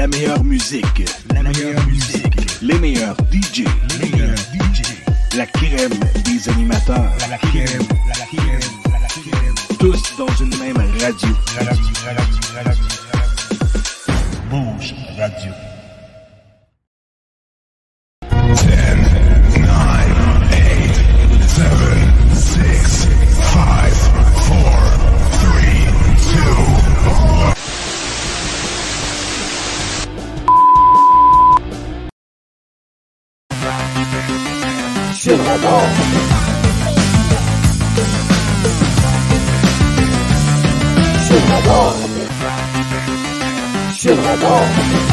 La meilleure musique. Les meilleurs DJ. La crème des animateurs. Tous dans une même radio. Bouge Radio. 10, 9, 8, 7, 6, 5, 4, 3, 2, 1. Sur la bande. Sur la bande. Sur la bande.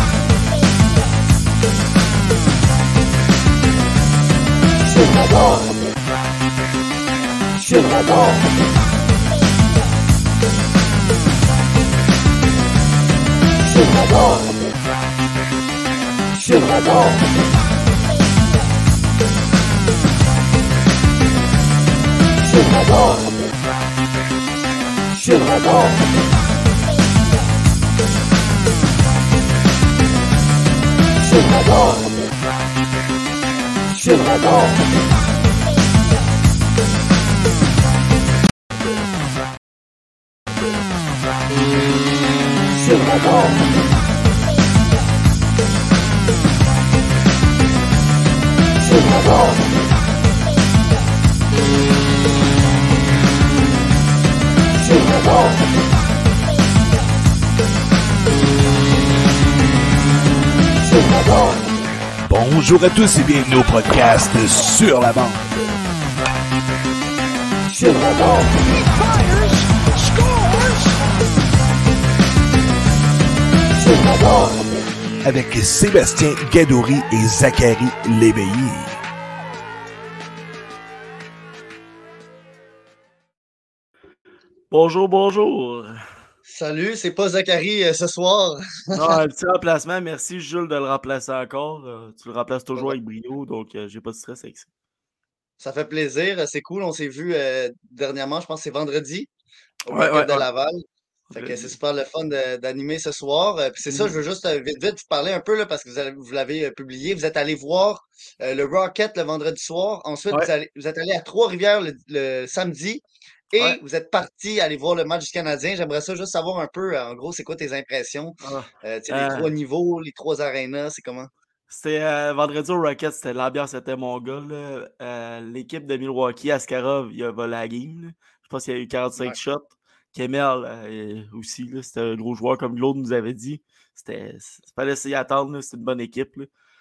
Sur la bande. Sur la bande. Sur la bande. Sur la bande. Sur la bande. Sur la bande. Sur la bande. Sur la bande. Sur la bande. Sur la bande. Sur la bande. Sur la bande. Bonjour à tous et bienvenue au podcast Sur la bande. Sur la bande. Sur la bande. Avec Sébastien Gadouri et Zachary Léveillé. Bonjour, bonjour. Salut, c'est pas Zachary ce soir. Non, un petit remplacement. Merci, Jules, de le remplacer encore. Tu le remplaces toujours avec brio, donc j'ai pas de stress avec ça. Ça fait plaisir, c'est cool. On s'est vu dernièrement, je pense que c'est vendredi, au Ouais, Rocket de ouais. Laval. Fait que c'est super le fun d'animer ce soir. Puis c'est ça, je veux juste vite vous parler un peu là, parce que vous l'avez publié. Vous êtes allé voir le Rocket le vendredi soir. Ensuite, Ouais. vous êtes allé à Trois-Rivières le samedi. Et Ouais. vous êtes parti aller voir le match du Canadien. J'aimerais ça juste savoir un peu, en gros, c'est quoi tes impressions? Tu sais, les trois niveaux, les trois arénas, c'est comment? C'était vendredi au Rocket, l'ambiance était mon gars. Là. L'équipe de Milwaukee, Askarov, il a volé la game. Là. Je pense qu'il y a eu 45 Ouais. shots. Kemel aussi, là, c'était un gros joueur, comme Claude nous avait dit. Fallait s'y attendre, là, c'est une bonne équipe.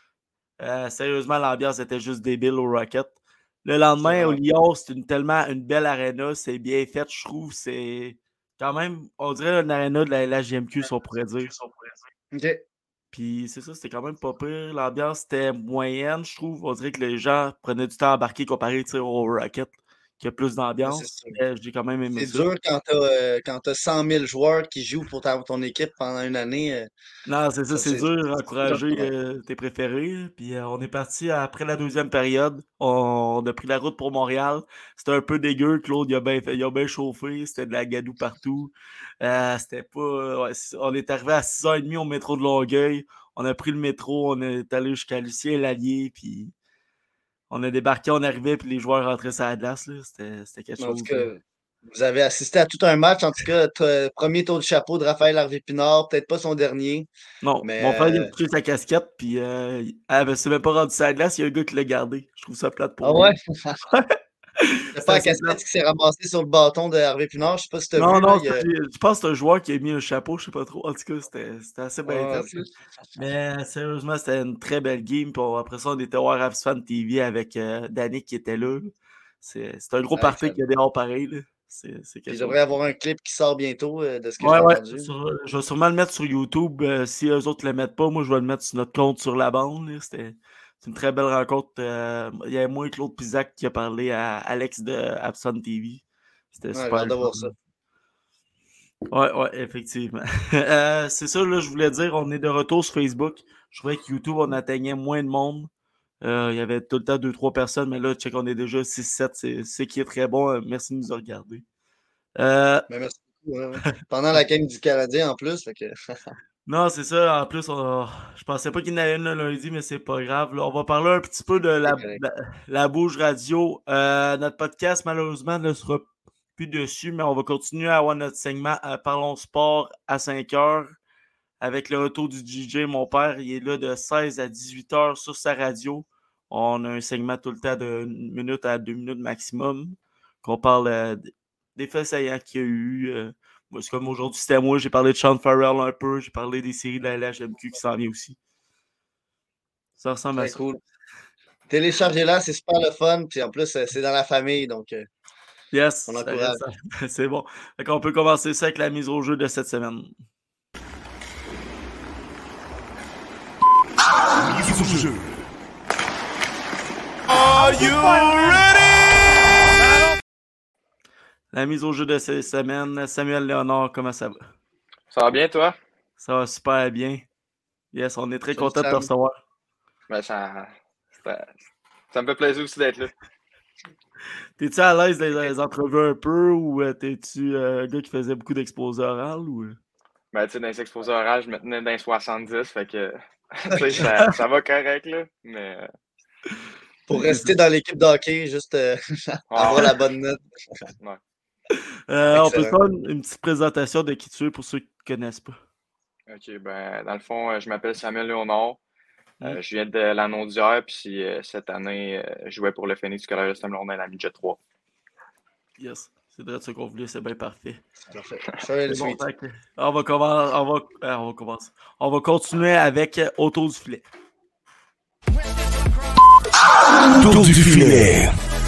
Là. Sérieusement, l'ambiance était juste débile au Rocket. Le lendemain, au Lyon, c'est tellement une belle arena. C'est bien fait, je trouve. C'est quand même, on dirait une arena de la LHJMQ, si on pourrait dire. OK. Puis c'est ça, c'était quand même pas pire. L'ambiance était moyenne, je trouve. On dirait que les gens prenaient du temps à embarquer comparé au Rocket, qui a plus Ouais, c'est d'ambiance. sûr. J'ai quand même aimé C'est ça. dur quand t'as 100 000 joueurs qui jouent pour ton équipe pendant une année. Non, c'est ça, c'est dur d'encourager Ouais. tes préférés. Puis on est parti après la deuxième période. On a pris la route pour Montréal. C'était un peu dégueu. Claude, il a bien chauffé. C'était de la gadoue partout. C'était pas. Ouais, on est arrivé à 6h30 au métro de Longueuil. On a pris le métro. On est allé jusqu'à Lucien Lallier. Puis on a débarqué, on arrivait. Puis les joueurs rentraient sur la glace. Là. C'était quelque En tout chose. cas, vous avez assisté à tout un match. En tout cas, premier tour de chapeau de Raphaël Harvey-Pinard. Peut-être pas son dernier, Non, mais mon frère, il a touché sa casquette. Puis c'est même pas rendu sur la glace. Il y a un gars qui l'a gardé. Je trouve ça plate pour ah lui. ouais? C'est C'est pas la assez plate. casquette qui s'est ramassée sur le bâton de Harvey-Pinard. Je sais pas si t'as Non, vu, là. non, je pense que c'est un joueur qui a mis un chapeau, je sais pas trop. En tout cas, c'était assez bien Ah, fait. Là. Mais sérieusement, c'était une très belle game. Puis après ça, on était voir Avs Fan TV avec Danick qui était là. C'est un gros party excellent. qu'il y a dehors pareil. Là. C'est Puis quelque il chose. devrait y avoir un clip qui sort bientôt de ce que j'ai Ouais, entendu. je vais sûrement le mettre sur YouTube. Si eux autres le mettent pas, moi, je vais le mettre sur notre compte sur la bande. Là. C'est une très belle rencontre. Il y a moi et Claude Pisac qui a parlé à Alex de Abson TV. C'était Ouais, j'ai super hâte le de voir fun. ça. Ouais, effectivement. C'est ça, là, je voulais dire, on est de retour sur Facebook. Je trouvais que YouTube, on atteignait moins de monde. Il y avait tout le temps 2-3 personnes, mais là, check, on est déjà 6-7. C'est qui est très bon. Merci de nous regarder. Mais merci beaucoup. Ouais. Pendant la game du Canadien en plus. Fait que... Non, c'est ça. En plus, je pensais pas qu'il y en avait une le lundi, mais c'est pas grave. Là, on va parler un petit peu de C'est correct. la Bouge Radio. Notre podcast, malheureusement, ne sera plus dessus, mais on va continuer à avoir notre segment Parlons Sport à 5 heures. Avec le retour du DJ, mon père, il est là de 16 à 18 heures sur sa radio. On a un segment tout le temps de 1 minute à 2 minutes maximum, qu'on parle des faits saillants qu'il y a eu. Moi, c'est comme aujourd'hui, c'était moi, j'ai parlé de Sean Farrell un peu, j'ai parlé des séries de la LHMQ qui s'en vient aussi. Ça ressemble à Très ça. cool. Téléchargez-la, c'est super le fun. Puis en plus, c'est dans la famille, donc Yes, on encourage. c'est bon. Fait qu'on peut commencer ça avec la mise au jeu de cette semaine. Mise au jeu. Are you ready? La mise au jeu de cette semaine, Samuel Léonard, comment ça va? Ça va bien, toi? Ça va super bien. Yes, on est très Salut, content de te Sam. recevoir. Ben, ça me fait plaisir aussi d'être là. T'es-tu à l'aise dans les entrevues un peu ou t'es-tu un gars qui faisait beaucoup d'exposés orales ou... Ben, tu sais, dans les exposés orales, je me tenais dans les 70, fait que tu sais, ça va correct, là. Mais Pour rester dans l'équipe de hockey, juste avoir la bonne note. ouais. on peut Excellent. faire une petite présentation de qui tu es pour ceux qui ne connaissent pas. OK, ben, dans le fond, je m'appelle Samuel Léonard. Mm. Je viens de l'Anaudière, puis cette année, je jouais pour le Phoenix du Collège Saint-Laurent dans la midget 3. Yes, c'est vrai ce qu'on voulait, c'est bien parfait. C'est parfait. Short and C'est bon, sweet. fait que on va commencer. On va continuer avec autour du filet. Tour du filet.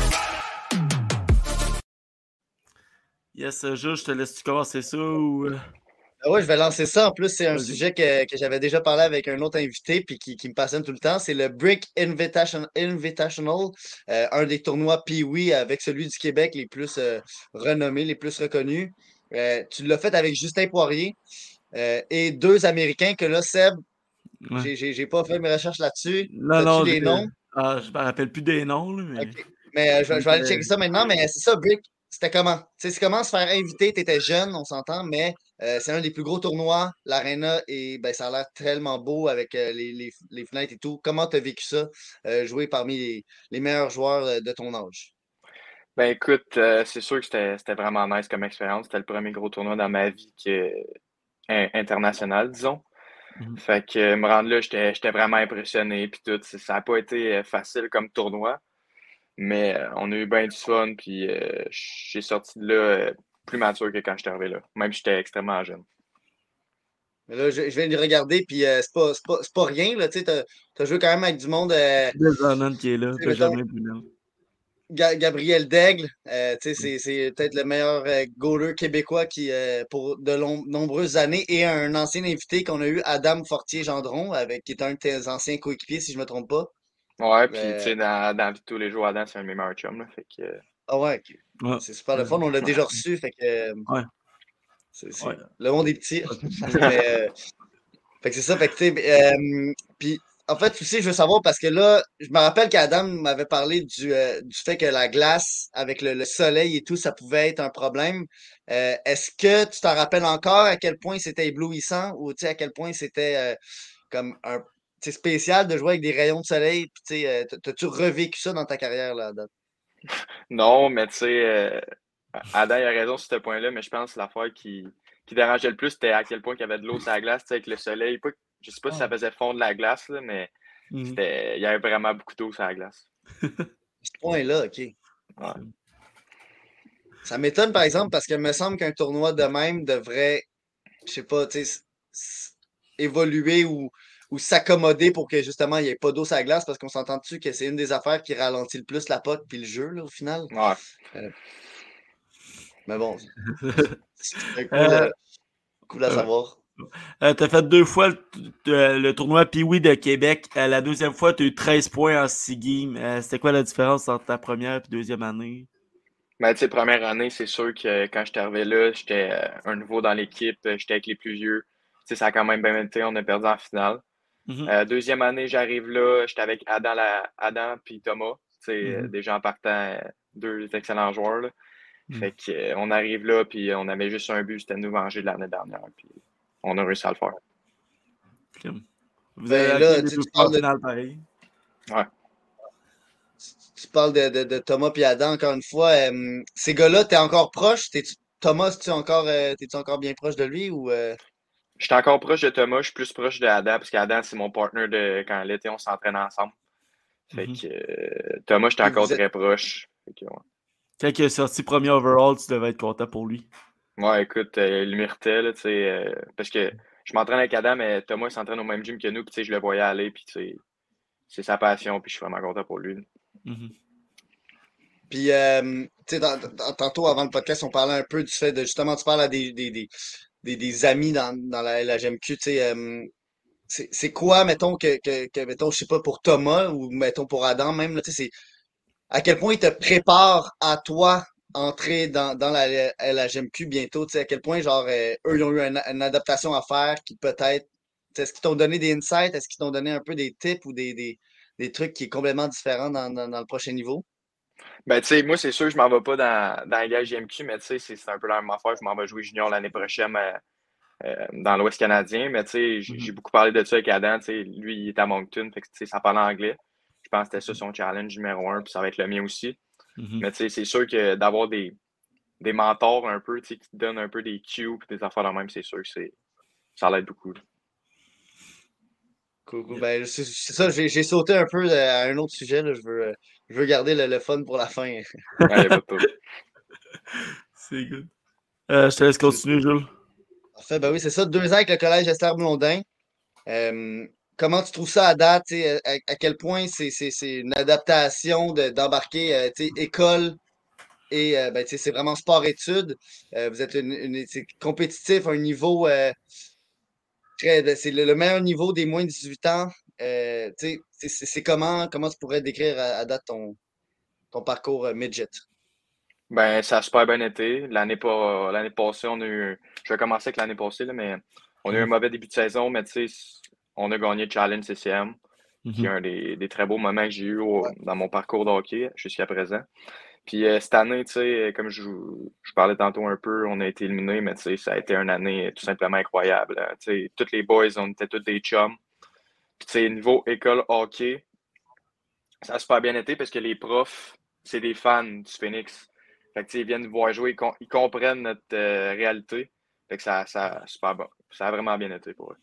Yes, Jules, je te laisse-tu commencer ça ou... Ah ouais, je vais lancer ça. En plus, c'est un Vas-y. sujet que j'avais déjà parlé avec un autre invité puis qui me passionne tout le temps. C'est le Brick Invitational, un des tournois Pee-Wee avec celui du Québec les plus renommés, les plus reconnus. Tu l'as fait avec Justin Poirier et deux Américains que là, Seb, Ouais. j'ai pas fait mes recherches là-dessus. Non, T'as-tu non, les noms? je me rappelle plus des noms, là, mais... OK. Mais je vais aller checker ça maintenant. Mais c'est ça, Brick. C'était comment? Tu sais, c'est comment se faire inviter? Tu étais jeune, on s'entend, mais c'est un des plus gros tournois. L'Arena, et ben, ça a l'air tellement beau avec les fenêtres et tout. Comment tu as vécu ça, jouer parmi les meilleurs joueurs de ton âge? Ben, écoute, c'est sûr que c'était vraiment nice comme expérience. C'était le premier gros tournoi dans ma vie international, disons. Mhm. Fait que me rendre là, j'étais vraiment impressionné, puis tout. Ça n'a pas été facile comme tournoi. Mais on a eu bien du fun, puis j'ai sorti de là plus mature que quand j'étais arrivé là, même si j'étais extrêmement jeune. Mais là, je viens de regarder, puis c'est pas rien. Là, tu sais, t'as joué quand même avec du monde. Benjamin qui est là, Tu sais, mettons, Benjamin Brunel. Gabriel Daigle, tu sais, c'est peut-être le meilleur goaler québécois qui, pour de nombreuses années, et un ancien invité qu'on a eu, Adam Fortier-Gendron, qui est un de tes anciens coéquipiers, si je me trompe pas. Ouais, puis tu Euh, sais, dans la vie de tous les jours, Adam, c'est un de mes meilleurs chums, là, fait que... ah ouais, ok. Ouais. C'est super le fun, on l'a déjà reçu, fait que Ouais. Ouais. le monde est petit. Mais, fait que c'est ça, fait que tu sais, puis en fait aussi, je veux savoir parce que là, je me rappelle qu'Adam m'avait parlé du fait que la glace avec le soleil et tout, ça pouvait être un problème. Est-ce que tu t'en rappelles encore à quel point c'était éblouissant ou tu sais à quel point c'était comme un tu sais, spécial de jouer avec des rayons de soleil? Puis tu sais, t'as-tu revécu ça dans ta carrière là, Adam? Non, mais tu sais, Adam, il a raison sur ce point-là, mais je pense que l'affaire qui dérangeait le plus, c'était à quel point il y avait de l'eau sur la glace, tu sais, avec le soleil. Je sais pas si ça faisait fondre la glace, là, mais Mhm. il y avait vraiment beaucoup d'eau sur la glace. À ce point-là, ok. Ouais. Ça m'étonne par exemple parce qu'il me semble qu'un tournoi de même devrait, je sais pas, tu sais, évoluer ou s'accommoder pour que justement il n'y ait pas d'eau sur la glace parce qu'on s'entend dessus que c'est une des affaires qui ralentit le plus la puck puis le jeu là, au final. Ouais. Mais bon, c'est Euh, cool à savoir. t'as fait 2 fois le tournoi Pee-Wee de Québec. La deuxième fois, tu as eu 13 points en 6 games. C'était quoi la différence entre ta première et deuxième année? Ben, tu sais, première année, c'est sûr que quand j'étais arrivé là, j'étais un nouveau dans l'équipe, j'étais avec les plus vieux. Tu sais, ça a quand même bien été, on a perdu en finale. Mhm. Deuxième année, j'arrive là, j'étais avec Adam puis Thomas. Tu sais, Mhm. déjà en partant, deux excellents joueurs, là. Mhm. Fait que, on arrive là, puis on avait juste un but, c'était de nous venger de l'année dernière, puis on a réussi à le faire. Vous avez là, les tu deux parles en finale pareil. Ouais. Tu parles de Thomas et Adam encore une fois. Ces gars-là, t'es encore proche? Thomas, t'es-tu encore bien proche de lui ou Je suis encore proche de Thomas, je suis plus proche de Adam, parce qu'Adam, c'est mon partner de quand l'été, on s'entraîne ensemble. Fait que Thomas, j'étais encore très proche. Fait que, ouais. Quand il est sorti premier overall, tu devais être content pour lui. Ouais, écoute, il le méritait, là, tu sais, parce que je m'entraîne avec Adam, mais Thomas, il s'entraîne au même gym que nous, puis tu sais, je le voyais aller, puis tu sais, c'est sa passion, puis je suis vraiment content pour lui. Puis, tu sais, tantôt avant le podcast, on parlait un peu du fait de justement, tu parles à des amis dans la LHMQ, tu sais, c'est quoi, mettons, mettons, je sais pas, pour Thomas ou mettons pour Adam même, là, tu sais, c'est à quel point il te prépare à toi entrer dans la LHMQ bientôt, tu sais, à quel point, genre, eux, ils ont eu une adaptation à faire qui peut-être, tu sais, est-ce qu'ils t'ont donné des insights, est-ce qu'ils t'ont donné un peu des tips ou des trucs qui est complètement différents dans le prochain niveau? Ben, tu sais, moi, c'est sûr, je m'en vais pas dans la Ligue GMQ, mais tu sais, c'est un peu la même affaire. Je m'en vais jouer junior l'année prochaine dans l'Ouest canadien, mais tu sais, j'ai beaucoup parlé de ça avec Adam, tu sais, lui, il est à Moncton, fait que, tu sais, ça parle anglais. Je pense que c'était ça son challenge numéro 1, puis ça va être le mien aussi. Mais tu sais, c'est sûr que d'avoir des mentors un peu, tu sais, qui te donnent un peu des cues et des affaires de même, c'est sûr que ça l'aide beaucoup. Cool. Ben, c'est ça, j'ai sauté un peu à un autre sujet, là. Je veux garder le fun pour la fin. Ouais, y a pas de trouble. C'est good. Je te laisse continuer, Jules. Parfait, ben oui, c'est ça. 2 ans avec le collège Esther Blondin. Comment tu trouves ça à date? Tu sais, à quel point c'est une adaptation d'embarquer tu sais, école et ben, tu sais, c'est vraiment sport-études. Vous êtes c'est compétitif, un niveau c'est le meilleur niveau des moins de 18 ans. Tu sais, c'est comment tu pourrais décrire à date ton parcours midget? Ben, ça a super bien été. L'année passée, je vais commencer avec l'année passée, là, mais on a eu un mauvais début de saison, mais tu sais, on a gagné le Challenge CCM, qui est un des très beaux moments que j'ai eu dans mon parcours de hockey jusqu'à présent. Puis cette année, tu sais, comme je parlais tantôt un peu, on a été éliminés, mais tu sais, ça a été une année tout simplement incroyable. Tu sais, tous les boys, on était tous des chums. Puis tu sais, niveau école hockey, ça a super bien été parce que les profs, c'est des fans du Phoenix. Fait que tu sais, ils viennent nous voir jouer, ils comprennent notre réalité. Fait que ça a super bon. Ça a vraiment bien été pour eux.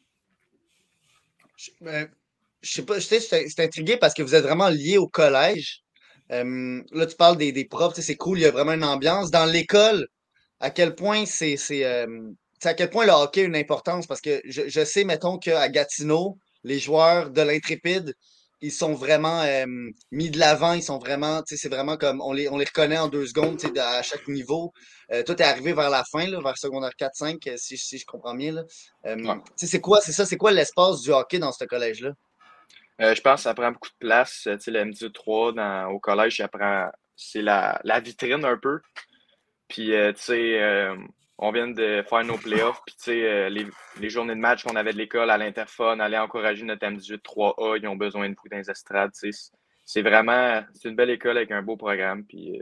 Je sais pas, j'étais intrigué parce que vous êtes vraiment liés au collège. Là, tu parles des profs, tu sais, c'est cool, il y a vraiment une ambiance. Dans l'école, à quel point tu sais, à quel point le hockey a une importance? Parce que je sais, mettons, qu'à Gatineau, les joueurs de l'Intrépide, ils sont vraiment mis de l'avant, ils sont vraiment, tu sais, c'est vraiment comme, on les reconnaît en 2 secondes, tu sais, à chaque niveau. Toi, t'es arrivé vers la fin, là, vers secondaire 4-5, si je comprends bien, là. Ouais. Tu sais, c'est quoi l'espace du hockey dans ce collège-là? Je pense que ça prend beaucoup de place. Tu sais, le M18-3 au collège, c'est la vitrine un peu. Puis, tu sais, on vient de faire nos playoffs. Puis, tu sais, les journées de match qu'on avait de l'école à l'Interphone, aller encourager notre M18-3A, ils ont besoin de vous dans les estrades. Tu sais, c'est une belle école avec un beau programme. Puis,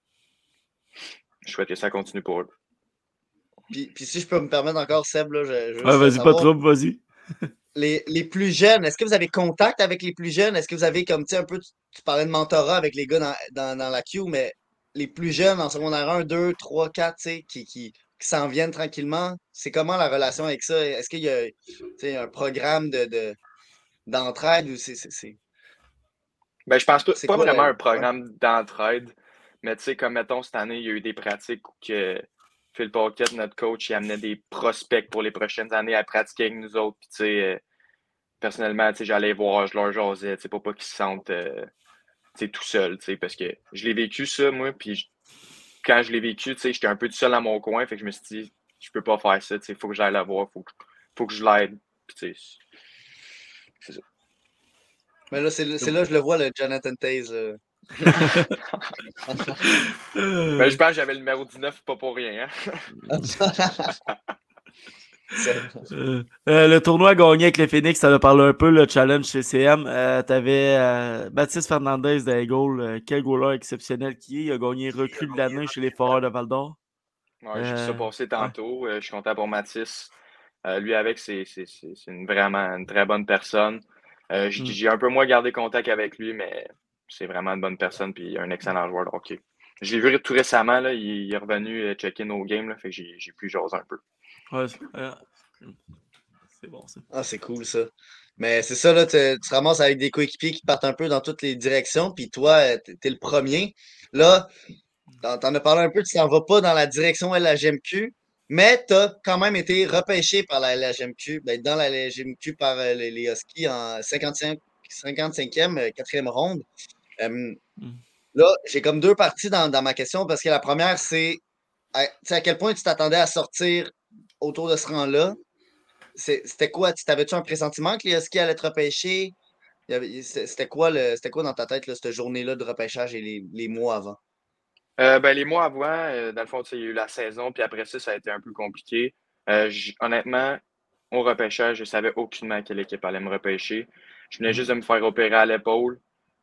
je souhaite que ça continue pour eux. Puis si je peux me permettre encore, Seb, là, je veux Ouais, juste vas-y, pas savoir, trop, vas-y. les plus jeunes, est-ce que vous avez contact avec les plus jeunes? Est-ce que vous avez comme, tu sais, un peu, tu parlais de mentorat avec les gars dans la queue, mais les plus jeunes en secondaire 1, 2, 3, 4, tu sais, qui s'en viennent tranquillement, c'est comment la relation avec ça? Est-ce qu'il y a, tu sais, un programme d'entraide ou Ben, je pense c'est pas quoi vraiment un ouais. programme d'entraide. Mais, tu sais, comme mettons, cette année, il y a eu des pratiques où que Phil Paquette, notre coach, il amenait des prospects pour les prochaines années à pratiquer avec nous autres. Puis, tu sais, personnellement, tu sais, j'allais voir, je leur jasais, tu sais, pour pas qu'ils se sentent tu sais, tout seuls, tu sais, parce que je l'ai vécu ça, moi, puis quand je l'ai vécu, tu sais, j'étais un peu tout seul dans mon coin, fait que je me suis dit, je peux pas faire ça, tu sais, faut que j'aille la voir, faut que je l'aide, puis tu sais, c'est ça. Mais là, c'est là, je le vois, le Jonathan Taze. Ben, je pense que j'avais le numéro 19, pas pour rien, hein. Le tournoi gagné avec les Phoenix, ça a parlé un peu, le challenge CCM. T'avais Baptiste Fernandez dans les goals. Quel goaler exceptionnel qui est. Il a gagné recrue de l'année chez les Foreurs de Val-d'Or. Ouais, j'ai vu ça passer tantôt. Je suis content pour Mathis. Lui avec, c'est vraiment une très bonne personne. J'ai un peu moins gardé contact avec lui, mais c'est vraiment une bonne personne puis un excellent joueur de hockey. Je l'ai vu tout récemment, là, il est revenu checker nos games, là, fait que j'ai pu jaser un peu. Ouais, c'est bon, ça. Ah, c'est cool, ça. Mais c'est ça, là, tu te ramasses avec des coéquipiers qui partent un peu dans toutes les directions, puis toi, t'es le premier. Là, t'en as parlé un peu, tu t'en vas pas dans la direction LHMQ, mais t'as quand même été repêché par la LHMQ, ben, dans la LHMQ par les Huskies en 55e, 4e ronde. Euh, Mm. Là, j'ai comme deux parties dans ma question, parce que la première, c'est à quel point tu t'attendais à sortir autour de ce rang-là? C'était quoi? T'avais-tu un pressentiment que les Huskies allaient te repêcher? C'était quoi dans ta tête, là, cette journée-là de repêchage et les mois avant? Ben, les mois avant, dans le fond, il y a eu la saison, puis après ça a été un peu compliqué. Honnêtement, au repêchage, je savais aucunement quelle équipe allait me repêcher. Je venais juste de me faire opérer à l'épaule.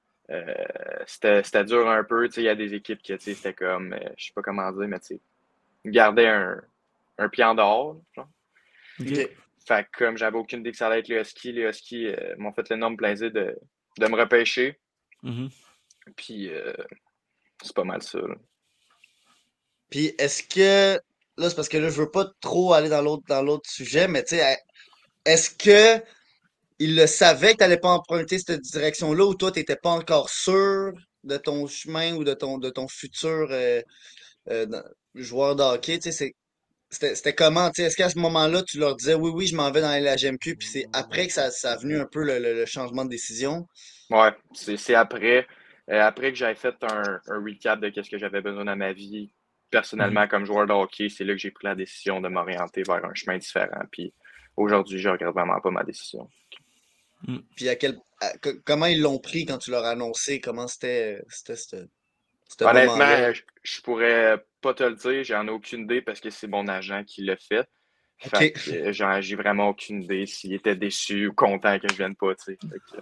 C'était dur un peu. Il y a des équipes qui, c'était comme, je sais pas comment dire, mais garder un pied en dehors. Genre. OK. Fait que comme j'avais aucune idée que ça allait être les Huskies m'ont fait l'énorme plaisir de me repêcher. Mhm. Puis c'est pas mal ça. Là. Puis est-ce que là, c'est parce que là, je veux pas trop aller dans l'autre sujet, mais tu sais, est-ce que il le savait que t'allais pas emprunter cette direction-là ou toi, t'étais pas encore sûr de ton chemin ou de ton futur dans- joueur de hockey? Tu sais, c'était comment? Tu sais, est-ce qu'à ce moment-là, tu leur disais oui, oui, je m'en vais dans la GMQ, puis c'est après que ça a venu un peu le changement de décision? Ouais, c'est après. Après que j'avais fait un recap de ce que j'avais besoin dans ma vie, personnellement, comme joueur de hockey, c'est là que j'ai pris la décision de m'orienter vers un chemin différent. Puis aujourd'hui, je regrette vraiment pas ma décision. Puis comment ils l'ont pris quand tu leur as annoncé? Comment c'était ce moment-là? Honnêtement, je pourrais pas te le dire, j'en ai aucune idée parce que c'est mon agent qui l'a fait. Fait OK. que j'ai vraiment aucune idée s'il était déçu ou content que je vienne pas, tu sais. Fait que,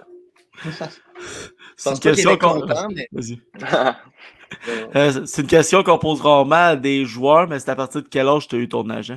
Je pense pas qu'il était content, mais. Vas-y. Non. C'est une question qu'on pose rarement à des joueurs, mais c'est à partir de quel âge tu as eu ton agent?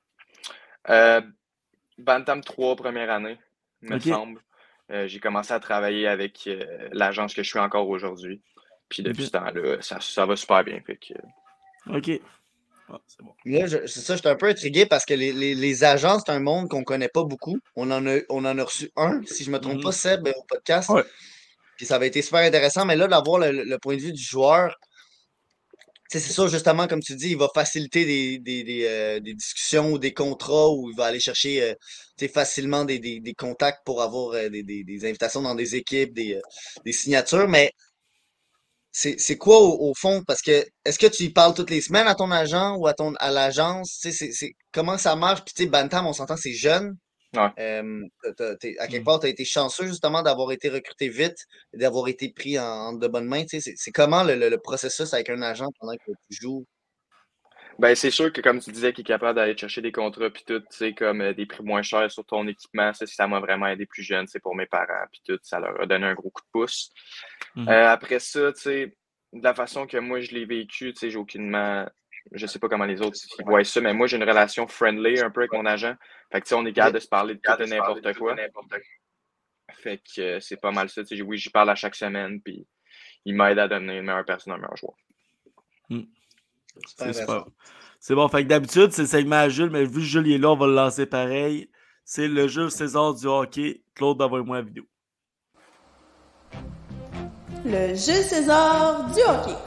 Bantam 3, première année, me OK. semble. J'ai commencé à travailler avec l'agence que je suis encore aujourd'hui. Puis depuis OK. ce temps-là, ça va super bien. Fait que, OK. Ah, c'est bon. Là, c'est ça, j'étais un peu intrigué parce que les agents, c'est un monde qu'on connaît pas beaucoup. On en a reçu un, si je me trompe pas, Seb, au podcast. Ouais. Puis ça avait été super intéressant, mais là, d'avoir le point de vue du joueur, tu sais, c'est sûr, justement, comme tu dis, il va faciliter des discussions ou des contrats où il va aller chercher tu sais, facilement des contacts pour avoir des invitations dans des équipes, des signatures. Mais c'est quoi au fond? Parce que est-ce que tu y parles toutes les semaines à ton agent ou à l'agence? Tu sais, comment ça marche? Puis tu sais, Bantam, on s'entend, c'est jeune. ouais. À quelque part, tu as été chanceux justement d'avoir été recruté vite et d'avoir été pris en de bonnes mains. Tu sais, c'est comment le processus avec un agent pendant que tu joues? Ben, c'est sûr que comme tu disais, qu'il est capable d'aller chercher des contrats puis tout, tu sais, comme des prix moins chers sur ton équipement, ça m'a vraiment aidé plus jeune, c'est pour mes parents puis tout, ça leur a donné un gros coup de pouce. Après ça, tu sais, de la façon que moi je l'ai vécu, tu sais, je sais pas comment les autres ils voient ça, mais moi j'ai une relation friendly un peu avec mon agent. Fait que tu sais, on est capable de se parler de tout et n'importe quoi. Fait que c'est pas mal ça, tu sais, oui, j'y parle à chaque semaine puis il m'aide à devenir une meilleure personne, un meilleur joueur. Super C'est intéressant. super. C'est bon. Fait que d'habitude, c'est le segment à Jules, mais vu que Jules est là, on va le lancer pareil. C'est le jeu César du hockey. Claude, envoie-moi la vidéo. Le Jules César du hockey.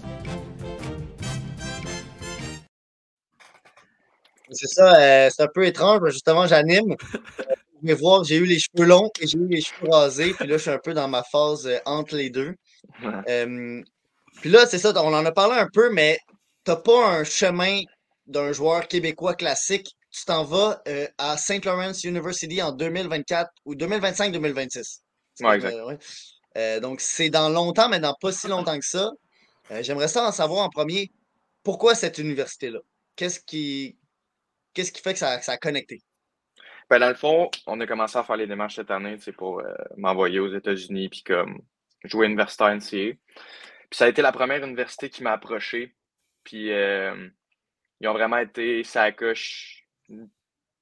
C'est ça, c'est un peu étrange, mais justement, j'anime. Vous pouvez voir, j'ai eu les cheveux longs et j'ai eu les cheveux rasés, puis là, je suis un peu dans ma phase entre les deux. Puis là, c'est ça, on en a parlé un peu, mais t'as pas un chemin d'un joueur québécois classique. Tu t'en vas à St. Lawrence University en 2024 ou 2025-2026. Ouais, exact. Ouais. Donc, c'est dans longtemps, mais dans pas si longtemps que ça. J'aimerais ça en savoir en premier, pourquoi cette université-là? Qu'est-ce qui fait que ça a connecté? Ben, dans le fond, on a commencé à faire les démarches cette année, tu sais, pour m'envoyer aux États-Unis puis comme jouer universitaire NCAA. Puis ça a été la première université qui m'a approché. Puis ils ont vraiment été ça coche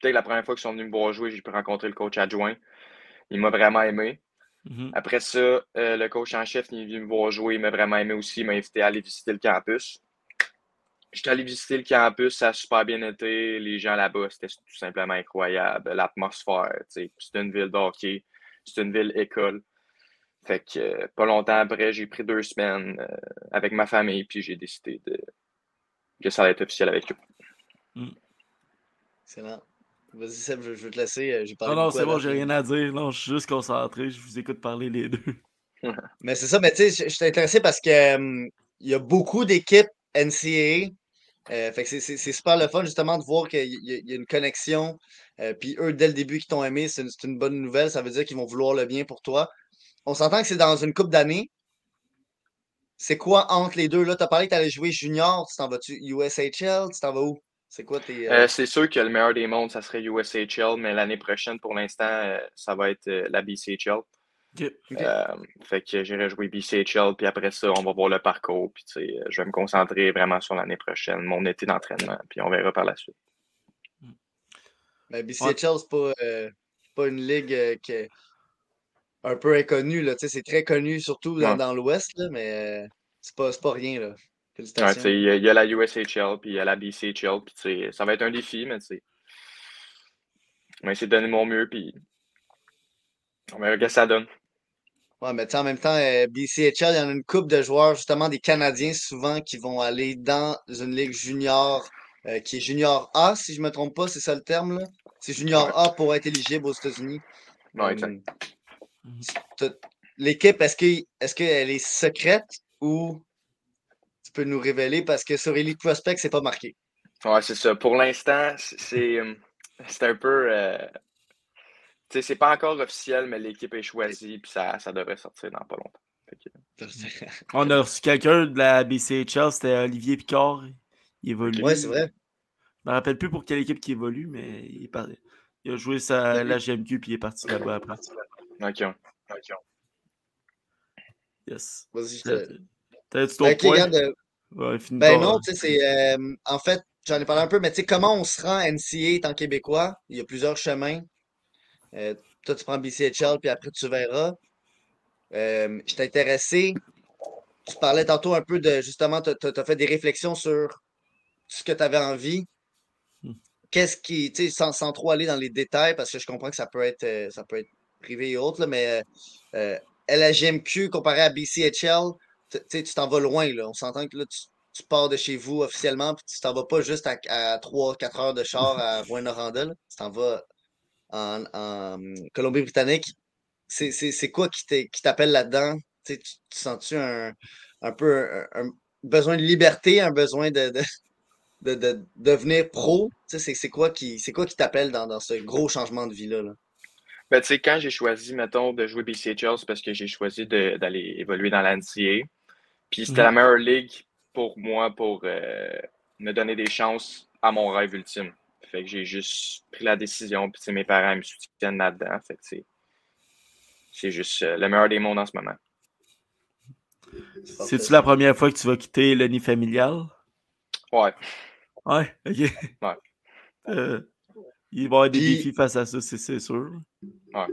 Peut-être la première fois qu'ils sont venus me voir jouer, j'ai pu rencontrer le coach adjoint. Il m'a vraiment aimé. Après ça, le coach en chef, il est venu me voir jouer, il m'a vraiment aimé aussi. Il m'a invité à aller visiter le campus. J'étais allé visiter le campus, ça a super bien été. Les gens là-bas, c'était tout simplement incroyable. L'atmosphère, c'est une ville de hockey, c'est une ville école. Fait que pas longtemps après, j'ai pris 2 semaines avec ma famille, puis j'ai décidé que ça allait être officiel avec eux. Excellent. Vas-y, Seb, je veux te laisser. J'ai parlé Non, beaucoup c'est bon, avant. j'ai rien à dire. Non, je suis juste concentré. Je vous écoute parler les deux. Mais c'est ça, mais tu sais, je suis intéressé parce que il y a beaucoup d'équipes NCAA. Fait que c'est super le fun justement de voir qu'il y a une connexion. Puis eux, dès le début, qui t'ont aimé, c'est une bonne nouvelle. Ça veut dire qu'ils vont vouloir le bien pour toi. On s'entend que c'est dans une couple d'années. C'est quoi entre les deux? Là, tu as parlé que tu allais jouer junior. Tu t'en vas-tu USHL? Tu t'en vas où? C'est quoi tes. C'est sûr que le meilleur des mondes, ça serait USHL, mais l'année prochaine, pour l'instant, ça va être la BCHL. OK. Fait que j'irai jouer BCHL, puis après ça, on va voir le parcours. Puis je vais me concentrer vraiment sur l'année prochaine, mon été d'entraînement, puis on verra par la suite. Mais BCHL, c'est pas une ligue qui est un peu inconnue. Là. Tu sais, c'est très connu, surtout dans l'Ouest, là, mais c'est pas rien. Là. Ouais, Félicitations. il y a la USHL, puis il y a la BCHL, puis ça va être un défi, mais on va essayer de donner mon mieux, puis on verra ce que ça donne. Ouais, mais tu sais, en même temps, BCHL, il y en a une couple de joueurs, justement, des Canadiens, souvent, qui vont aller dans une ligue junior, qui est junior A, si je me trompe pas, c'est ça le terme, là? C'est junior Ouais. A pour être éligible aux États-Unis. Ouais, exact. L'équipe, est-ce qu'elle est secrète ou tu peux nous révéler? Parce que sur Elite Prospect, c'est pas marqué. Ouais, c'est ça. Pour l'instant, c'est un peu. Tu sais, c'est pas encore officiel, mais l'équipe est choisie, puis ça devrait sortir dans pas longtemps. Fait que, On a reçu quelqu'un de la BCHL, c'était Olivier Picard. Il évolue. Ouais, c'est vrai. Je me rappelle plus pour quelle équipe qui évolue, mais il a joué la GMQ puis il est parti là-bas après. OK. Yes. Vas-y, T'as-tu ton Ok, point? regarde, Ouais, finis ben ton- non, tu sais, c'est. En fait, j'en ai parlé un peu, mais tu sais, comment on se rend NCA étant québécois? Il y a plusieurs chemins. Toi, tu prends BCHL, puis après, tu verras. Je t'ai intéressé. Tu parlais tantôt un peu de, justement, tu as fait des réflexions sur ce que tu avais envie. Hmm. Qu'est-ce qui, tu sais, sans trop aller dans les détails, parce que je comprends que ça peut être privé et autres, là, mais LHMQ comparé à BCHL, tu sais, tu t'en vas loin, là. On s'entend que là, tu pars de chez vous officiellement, puis tu t'en vas pas juste à 3-4 heures de char à Rouyn-Noranda, là. Tu t'en vas en Colombie-Britannique. C'est quoi qui t'appelle là-dedans? Tu sens-tu un peu un besoin de liberté, un besoin de devenir pro? C'est quoi qui t'appelle dans ce gros changement de vie-là? Là? Ben, tu sais, quand j'ai choisi, mettons, de jouer BCHL, c'est parce que j'ai choisi d'aller évoluer dans la NCAA. Puis c'était la meilleure ligue pour moi pour me donner des chances à mon rêve ultime. Fait que j'ai juste pris la décision, puis mes parents me soutiennent là-dedans. Fait que c'est juste le meilleur des mondes en ce moment. C'est-tu la première fois que tu vas quitter le nid familial? Ouais. Ouais, ok. Ouais. Il va y avoir des défis face à ça, c'est sûr. Ouais.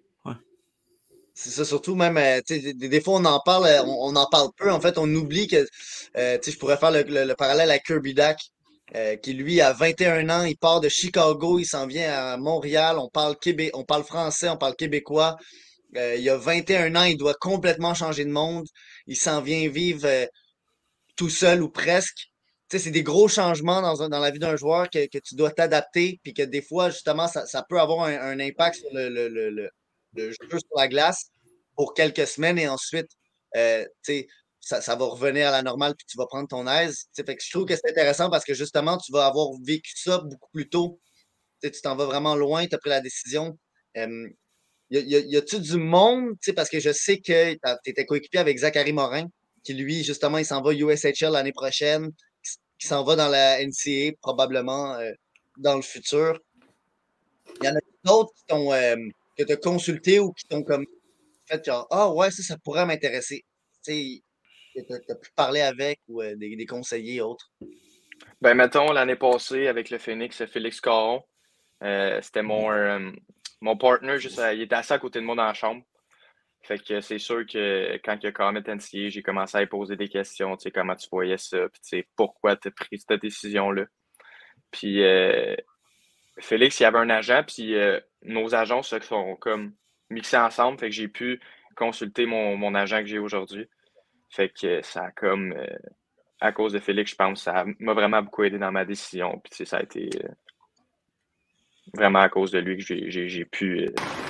C'est ça, surtout même, tu sais, des fois on en parle, on en parle peu. En fait, on oublie que, tu sais, je pourrais faire le parallèle à Kirby Dack, qui lui, à 21 ans, il part de Chicago, il s'en vient à Montréal, on parle français, on parle québécois. Il a 21 ans, il doit complètement changer de monde. Il s'en vient vivre tout seul ou presque. Tu sais, c'est des gros changements dans la vie d'un joueur que tu dois t'adapter, puis que des fois, justement, ça peut avoir un impact sur le jeu sur la glace pour quelques semaines et ensuite, tu sais, ça va revenir à la normale puis tu vas prendre ton aise. Tu sais, fait que je trouve que c'est intéressant parce que justement, tu vas avoir vécu ça beaucoup plus tôt. Tu sais, tu t'en vas vraiment loin, tu as pris la décision. Y a-tu du monde, tu sais, parce que je sais que tu étais coéquipier avec Zachary Morin, qui lui, justement, il s'en va USHL l'année prochaine, qui s'en va dans la NCAA probablement dans le futur. Il y en a d'autres que tu as consulté ou qui t'ont comme fait genre, ah ouais, ça pourrait m'intéresser. Tu sais, que tu as pu parler avec ou des conseillers autres. Ben, mettons, l'année passée, avec le Phoenix, Félix Caron, C'était mon partner, juste, il était assis à côté de moi dans la chambre. Fait que c'est sûr que quand il a commit NCA, j'ai commencé à lui poser des questions, tu sais, comment tu voyais ça, puis tu sais, pourquoi tu as pris cette décision-là. Puis Félix, il y avait un agent, puis nos agents se sont comme mixés ensemble, fait que j'ai pu consulter mon agent que j'ai aujourd'hui. Fait que ça a comme, à cause de Félix, je pense, ça m'a vraiment beaucoup aidé dans ma décision. Puis tu sais, ça a été vraiment à cause de lui que j'ai pu.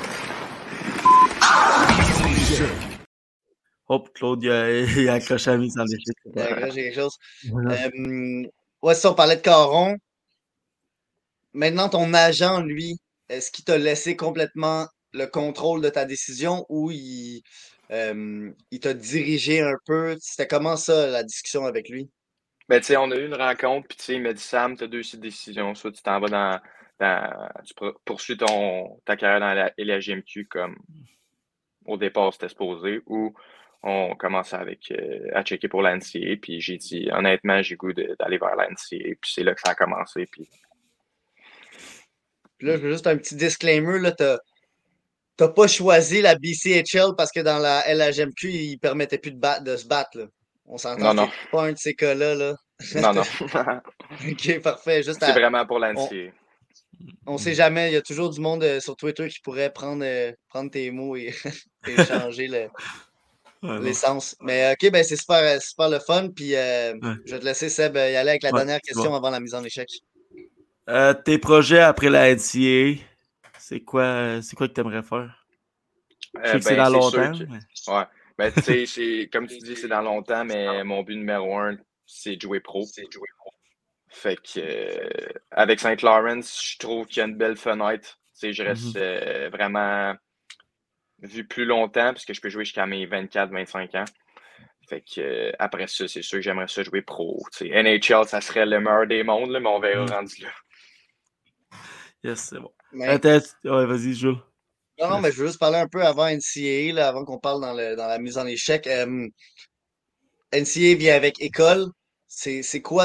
Hop, Claude, il a accroché la mise en échec. J'ai quelque chose. Ouais, si on parlait de Caron, maintenant ton agent, lui, est-ce qu'il t'a laissé complètement le contrôle de ta décision ou il t'a dirigé un peu? C'était comment ça, la discussion avec lui? Ben, tu sais, on a eu une rencontre, puis tu sais, il m'a dit Sam, tu as deux décisions. Soit tu t'en vas tu poursuis ta carrière dans la LHJMQ comme au départ c'était supposé, ou on commence à checker pour l'NCA. Puis j'ai dit, honnêtement, j'ai goût d'aller vers l'NCA. Puis c'est là que ça a commencé. Puis là, je veux juste un petit disclaimer, là, t'as pas choisi la BCHL parce que dans la LHMQ, ils permettaient plus de se battre, là. On s'entend que c'est pas un de ces cas-là, là. Non. Ok, parfait. Juste c'est vraiment pour l'NCA. On sait jamais, il y a toujours du monde sur Twitter qui pourrait prendre tes mots et, et changer l'essence. Mais ok, ben c'est super le fun. Puis je vais te laisser, Seb, y aller avec la dernière question avant la mise en échec. Tes projets après la NCAA, c'est quoi que tu aimerais faire? Je sais que c'est dans longtemps. Ouais. Ben, tu sais, comme tu dis, c'est dans longtemps, mais mon but numéro 1, c'est de jouer pro. Fait que avec St. Lawrence, je trouve qu'il y a une belle fenêtre. Tu sais, je reste vraiment vu plus longtemps parce que je peux jouer jusqu'à mes 24-25 ans. Fait que après ça, c'est sûr que j'aimerais ça jouer pro. Tu sais, NHL, ça serait le meilleur des mondes, là, mais on verra rendu là. Yes, c'est bon. Ouais, vas-y, Jules. Non, mais je veux juste parler un peu avant NCAA, là, avant qu'on parle dans la mise en échec. NCAA vient avec école. C'est quoi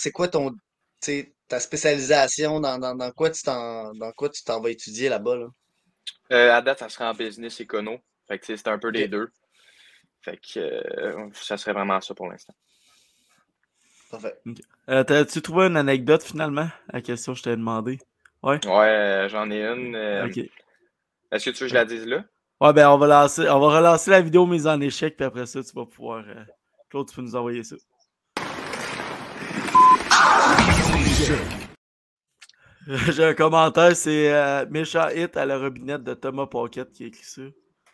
ta spécialisation dans quoi tu t'en vas étudier là-bas, là? À date, ça serait en business écono. Fait que c'est un peu les deux. Fait que ça serait vraiment ça pour l'instant. Parfait. Okay. T'as-tu trouvé une anecdote finalement à la question que je t'ai demandé? Ouais, j'en ai une. Ok. Est-ce que tu veux que je la dise là? Ouais, ben on va relancer la vidéo mise en échec, puis après ça, tu vas pouvoir. Claude, tu peux nous envoyer ça. J'ai un commentaire, c'est méchant hit à la robinette de Thomas Pocket qui a écrit ça.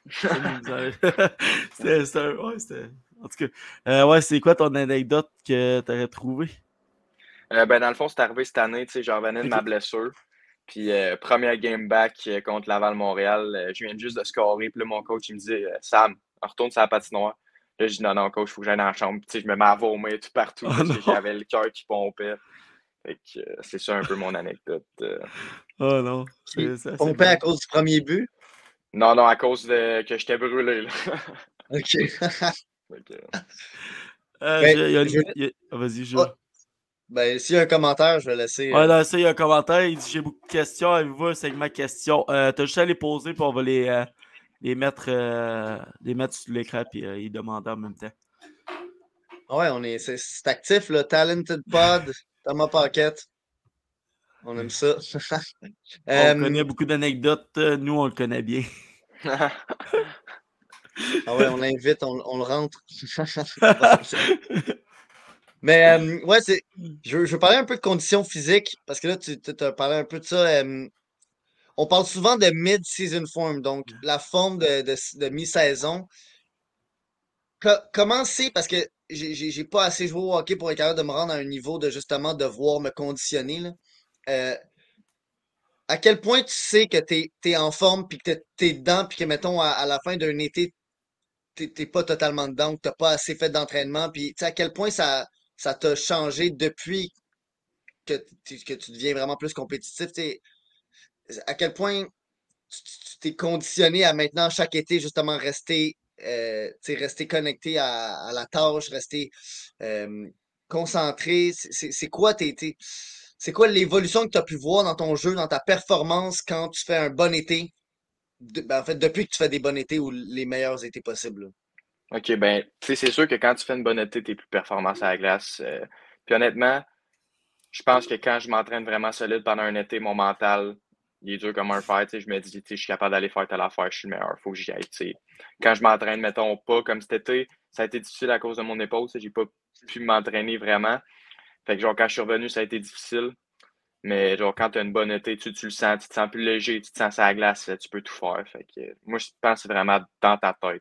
C'était. En tout cas, c'est quoi ton anecdote que t'aurais trouvé? Ben, dans le fond, c'est arrivé cette année, tu sais, je revenais de ma blessure. Puis, première game back contre Laval-Montréal, je viens juste de scorer. Puis là, mon coach, il me dit Sam, retourne sur la patinoire. Là, je dis non, coach, il faut que j'aille dans la chambre. Puis, tu sais, je me mets à vomir tout partout parce que j'avais le cœur qui pompait. Fait que c'est ça un peu mon anecdote. Oh non. Pompait à cause du premier but? Non, à cause que j'étais brûlé. Là. OK. Vas-y, Jules. Ben, s'il y a un commentaire, je vais laisser. Ouais, là, ça, il y a un commentaire. Il dit j'ai beaucoup de questions. Avez-vous un segment questions? T'as juste à les poser, puis on va les mettre sur l'écran, puis ils demander en même temps. Ouais, c'est actif, là. Talented Pod, Thomas Pocket. On aime ça. On connaît beaucoup d'anecdotes. Nous, on le connaît bien. Ah ouais, on l'invite, on le rentre. Mais ouais, je veux parler un peu de conditions physiques parce que là, tu as parlé un peu de ça. On parle souvent de mid-season form, donc la forme de mi-saison. Comment c'est, parce que j'ai pas assez joué au hockey pour être capable de me rendre à un niveau de justement devoir me conditionner, là. À quel point tu sais que t'es en forme puis que t'es dedans puis que, mettons, à la fin d'un été, t'es pas totalement dedans ou que t'as pas assez fait d'entraînement puis à quel point ça t'a changé depuis que tu deviens vraiment plus compétitif, à quel point tu t'es conditionné à maintenant chaque été justement rester connecté à la tâche, rester concentré. C'est quoi c'est quoi l'évolution que tu as pu voir dans ton jeu, dans ta performance quand tu fais un bon été? En fait, depuis que tu fais des bons étés ou les meilleurs étés possibles. Là. OK, ben, tu sais, c'est sûr que quand tu fais une bonne été, tu es plus performant sur la glace. Puis honnêtement, je pense que quand je m'entraîne vraiment solide pendant un été, mon mental, il est dur comme un fer. Tu sais, je me dis, tu sais, je suis capable d'aller faire telle affaire, je suis le meilleur, faut que j'y aille. Tu sais. Quand je m'entraîne, mettons pas comme cet été, ça a été difficile à cause de mon épaule. Tu sais, j'ai pas pu m'entraîner vraiment. Fait que genre, quand je suis revenu, ça a été difficile. Mais genre, quand tu as une bonne été, tu le sens, tu te sens plus léger, tu te sens sur la glace, tu peux tout faire. Fait que moi, je pense que c'est vraiment dans ta tête.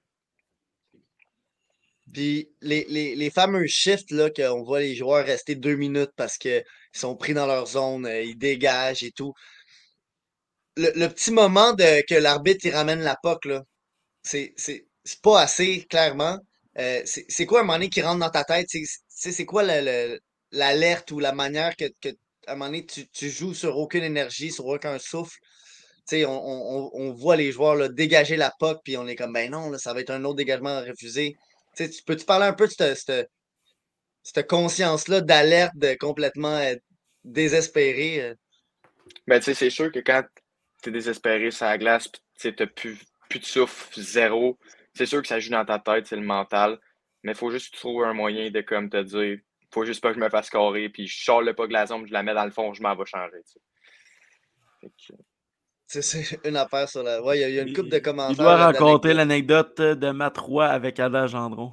Puis les fameux shifts là, qu'on voit les joueurs rester 2 minutes parce qu'ils sont pris dans leur zone, ils dégagent et tout. Le petit moment que l'arbitre il ramène la puck, là, c'est pas assez, clairement. C'est quoi un moment donné qui rentre dans ta tête? C'est quoi l'alerte ou la manière que à un moment donné, tu joues sur aucune énergie, sur aucun souffle? Tu sais, on voit les joueurs là, dégager la puck, puis on est comme, ben non, là, ça va être un autre dégagement refusé. Tu sais, peux-tu parler un peu de cette conscience-là d'alerte, de complètement désespéré? Ben, tu sais, c'est sûr que quand tu es désespéré sur la glace, puis tu sais, t'as plus de souffle, zéro, c'est sûr que ça joue dans ta tête, c'est le mental. Mais il faut juste trouver un moyen de, comme te dire, faut juste pas que je me fasse carrer, puis je sors le pas glaçon, puis je la mets dans le fond, je m'en vais changer. Tu sais. Fait que, C'est une affaire sur la. Ouais, il y a une couple de Il commentaires doit raconter d'anecdotes. l'anecdote de Matt Roy avec Adam Gendron.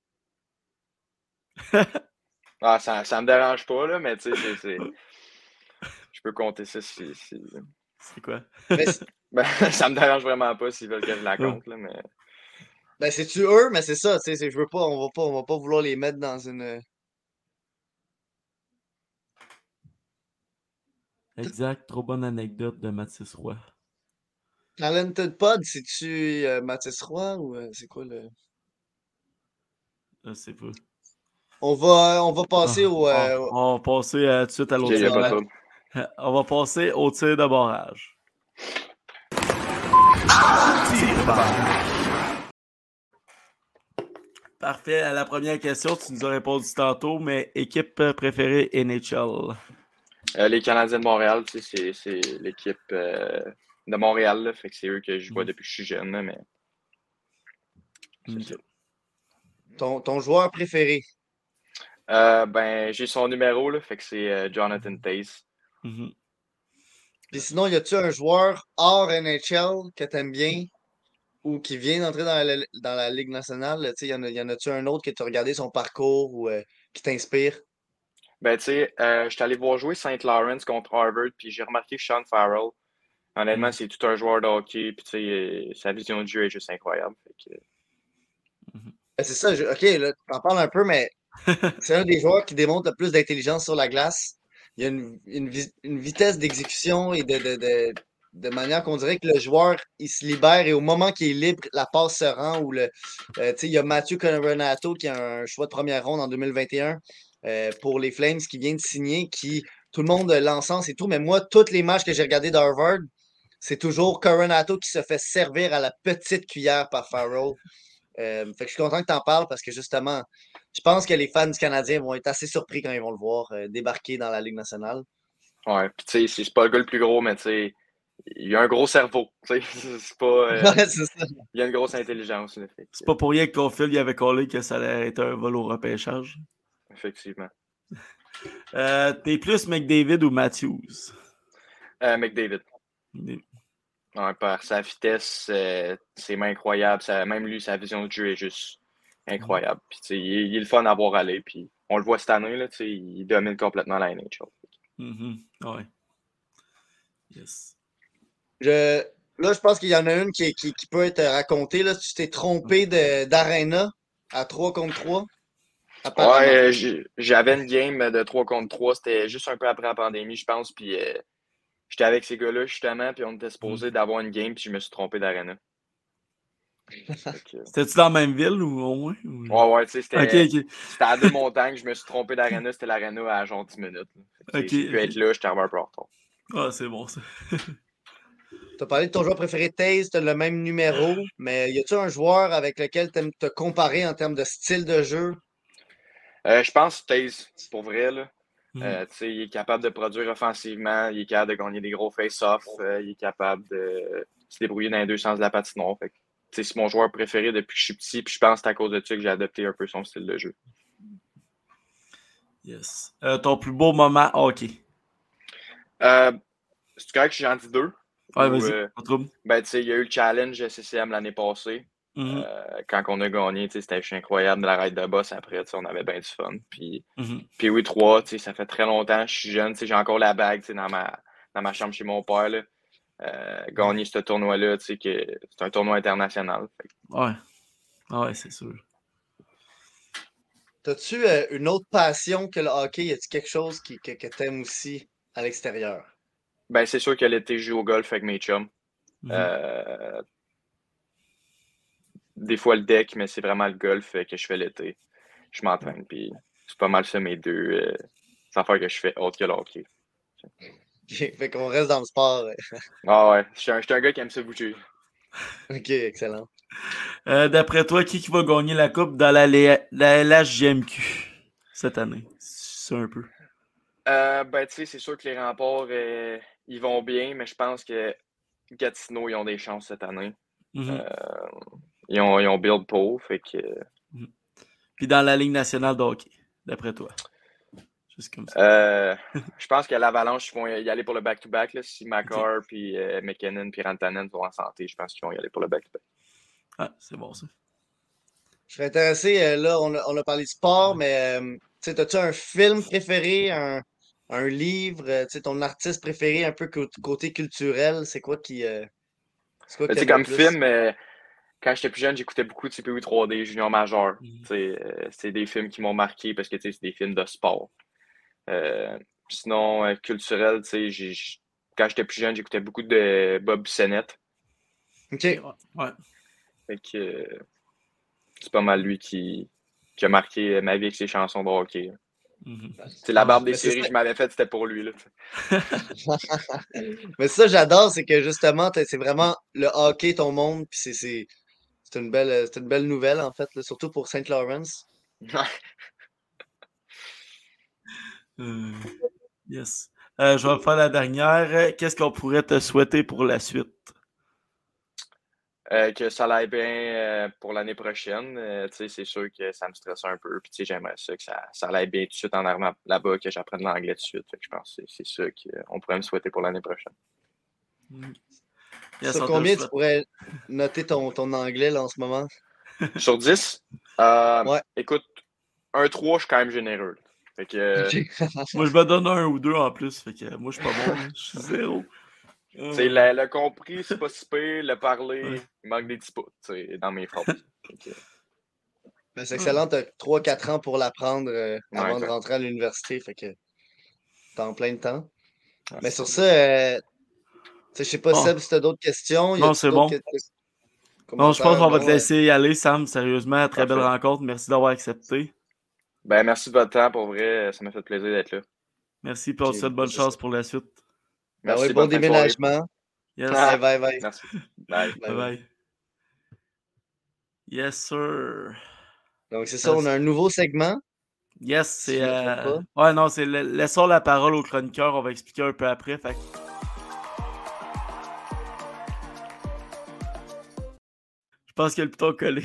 ah, ça me dérange pas, là, mais tu sais, je peux compter ça si. C'est quoi? Mais Ben, ça me dérange vraiment pas s'ils veulent que je la compte, là, mais. ben, c'est-tu eux, mais c'est ça, tu sais, je veux pas, on va pas vouloir les mettre dans une. Exact, trop bonne anecdote de Mathis Roy. Talented Pod, c'est-tu Mathis Roy ou c'est quoi le. Je sais pas. On va passer au. On va passer tout de suite à Il l'autre n'y a tir. pas de trouble. On va passer au tir de barrage. Parfait. À la première question, tu nous as répondu tantôt, mais équipe préférée NHL? Les Canadiens de Montréal, tu sais, c'est l'équipe de Montréal, là, fait que c'est eux que je vois depuis que je suis jeune, là, mais c'est ça. Ton joueur préféré? Ben, j'ai son numéro, là, fait que c'est Jonathan Toews. Mhm. Puis sinon, y a-tu un joueur hors NHL que t'aimes bien ou qui vient d'entrer dans la Ligue nationale? Tu sais, y en a-tu un autre que tu as regardé son parcours ou qui t'inspire? Ben, tu sais, je suis allé voir jouer St. Lawrence contre Harvard, puis j'ai remarqué Sean Farrell. Honnêtement, c'est tout un joueur de hockey, puis tu sais, sa vision de jeu est juste incroyable. Fait que, Ben, c'est ça, ok, là, t'en parles un peu, mais c'est un des joueurs qui démontre le plus d'intelligence sur la glace. Il y a une vitesse d'exécution et de manière qu'on dirait que le joueur, il se libère et au moment qu'il est libre, la passe se rend. Ou tu sais, il y a Matthew Coronato qui a un choix de première ronde en 2021 pour les Flames qui vient de signer, qui tout le monde l'encense et tout. Mais moi, tous les matchs que j'ai regardés d'Harvard, c'est toujours Coronato qui se fait servir à la petite cuillère par Farrell. Fait que je suis content que tu en parles parce que justement, je pense que les fans du Canadien vont être assez surpris quand ils vont le voir débarquer dans la Ligue nationale. ouais, puis tu sais, c'est pas le gars le plus gros, mais tu sais, il a un gros cerveau. Tu sais, c'est pas. Ouais, c'est ça. Il a une grosse intelligence, là, fait que, C'est pas pour rien que Caulfield il avait collé que ça allait être un vol au repêchage. effectivement. T'es plus McDavid ou Matthews? McDavid. Ouais, par sa vitesse, c'est incroyable. Même lui, sa vision de jeu est juste incroyable. Puis, tu sais, il est le fun à voir aller. Puis, on le voit cette année, là, tu sais, il domine complètement la NHL. Ouais. Yes. Là, je pense qu'il y en a une qui peut être racontée. Là. Tu t'es trompé d'Arena à 3 contre 3. Apparemment. Ouais, j'avais une game de 3 contre 3. C'était juste un peu après la pandémie, je pense. Puis, j'étais avec ces gars-là, justement. Puis, on était supposé d'avoir une game. Puis, je me suis trompé d'Arena. C'était-tu dans la même ville ou au moins? Ouais, tu sais, c'était Okay. à Deux-Montagnes. Je me suis trompé d'Arena. C'était l'Arena à genre 10 minutes. J'ai pu être là, j'étais arrivé un peu en retard. Ah, c'est bon, ça. T'as parlé de ton joueur préféré, Taze, t'as le même numéro, mais y a-tu un joueur avec lequel t'aimes te comparer en termes de style de jeu? Je pense Taze, pour vrai, là. Il est capable de produire offensivement, il est capable de gagner des gros face-offs, il est capable de se débrouiller dans les deux sens de la patinoire. Fait que, c'est mon joueur préféré depuis que je suis petit, puis je pense que c'est à cause de ça que j'ai adopté un peu son style de jeu. Yes. Ton plus beau moment hockey? C'est correct que j'en dis deux? Ouais, vas-y, pas de trouble. Il y a eu le challenge CCM l'année passée. Quand on a gagné, c'était incroyable de la raid de boss. Après, on avait bien du fun. Puis oui, 3, ça fait très longtemps. Je suis jeune. J'ai encore la bague dans ma chambre chez mon père. Là. Gagner ce tournoi-là, c'est un tournoi international. Ouais, c'est sûr. T'as-tu une autre passion que le hockey? Y a-t-il quelque chose que t'aimes aussi à l'extérieur? Ben, c'est sûr que l'été, je joue au golf avec mes chums. Des fois le deck, mais c'est vraiment le golf que je fais l'été. Je m'entraîne, puis c'est pas mal ça mes deux affaires que je fais autre que le hockey. Fait qu'on reste dans le sport. Ah ouais, je suis un gars qui aime se bouger. Ok, excellent. D'après toi, qui va gagner la coupe dans la LHJMQ cette année? C'est un peu. C'est sûr que les remparts, ils vont bien, mais je pense que Gatineau, ils ont des chances cette année. Ils ont build pour, fait que... Puis dans la Ligue nationale de hockey, d'après toi? Juste comme ça. Je pense que l'Avalanche, ils vont y aller pour le back-to-back. Là, si Makar, puis McKinnon, puis Rantanen sont en santé, je pense qu'ils vont y aller pour le back-to-back. Ah, c'est bon ça. Je serais intéressé, là, on a parlé de sport, mais as-tu un film préféré, un livre, ton artiste préféré un peu côté culturel? C'est quoi qui t'aimes comme le plus? film, quand j'étais plus jeune, j'écoutais beaucoup de CPU 3D, Junior Major. C'est des films qui m'ont marqué parce que c'est des films de sport. Sinon, culturel, quand j'étais plus jeune, j'écoutais beaucoup de Bob Bissonnette. OK. Ouais. Fait que c'est pas mal lui qui a marqué ma vie avec ses chansons de hockey. La barbe des séries que je m'avais faite, c'était pour lui. Là. Mais ça, j'adore, c'est que justement, c'est vraiment le hockey, ton monde, puis c'est une belle nouvelle, en fait, là, surtout pour St. Lawrence. Yes. Je vais faire la dernière. Qu'est-ce qu'on pourrait te souhaiter pour la suite? Que ça aille bien pour l'année prochaine. C'est sûr que ça me stresse un peu. Puis j'aimerais ça que ça aille bien tout de suite en arrivant là-bas, que j'apprenne l'anglais tout de suite. Fait que je pense que c'est ça qu'on pourrait me souhaiter pour l'année prochaine. Yes, sur combien tu pourrais noter ton anglais là, en ce moment? Sur 10? Ouais. Écoute, un 3, je suis quand même généreux. Fait que, moi, je me donne 1 ou 2 en plus. Fait que moi, je suis pas bon. Je suis 0. Le compris, c'est pas si pire. Le parler, il manque des petits bouts dans mes phrases. Ben, c'est excellent. Tu as 3-4 ans pour l'apprendre avant de rentrer à l'université. Fait que t'as en plein de temps. Mais sur ça, je sais pas, Seb, si tu as d'autres questions. Non, c'est bon. Non, je pense qu'on va te laisser y aller, Sam. Sérieusement, très belle rencontre. Merci d'avoir accepté. Ben, merci de votre temps. Pour vrai, ça m'a fait plaisir d'être là. Merci, puis on te souhaite bonne chance pour la suite. Merci, bon déménagement. Yes. Bye. Merci. Bye. Yes, sir. Donc, c'est ça, on a un nouveau segment. Yes, c'est... Ouais, non, c'est laissons la parole au chroniqueur. On va expliquer un peu après. Fait... Je pense qu'il y a le piton collé.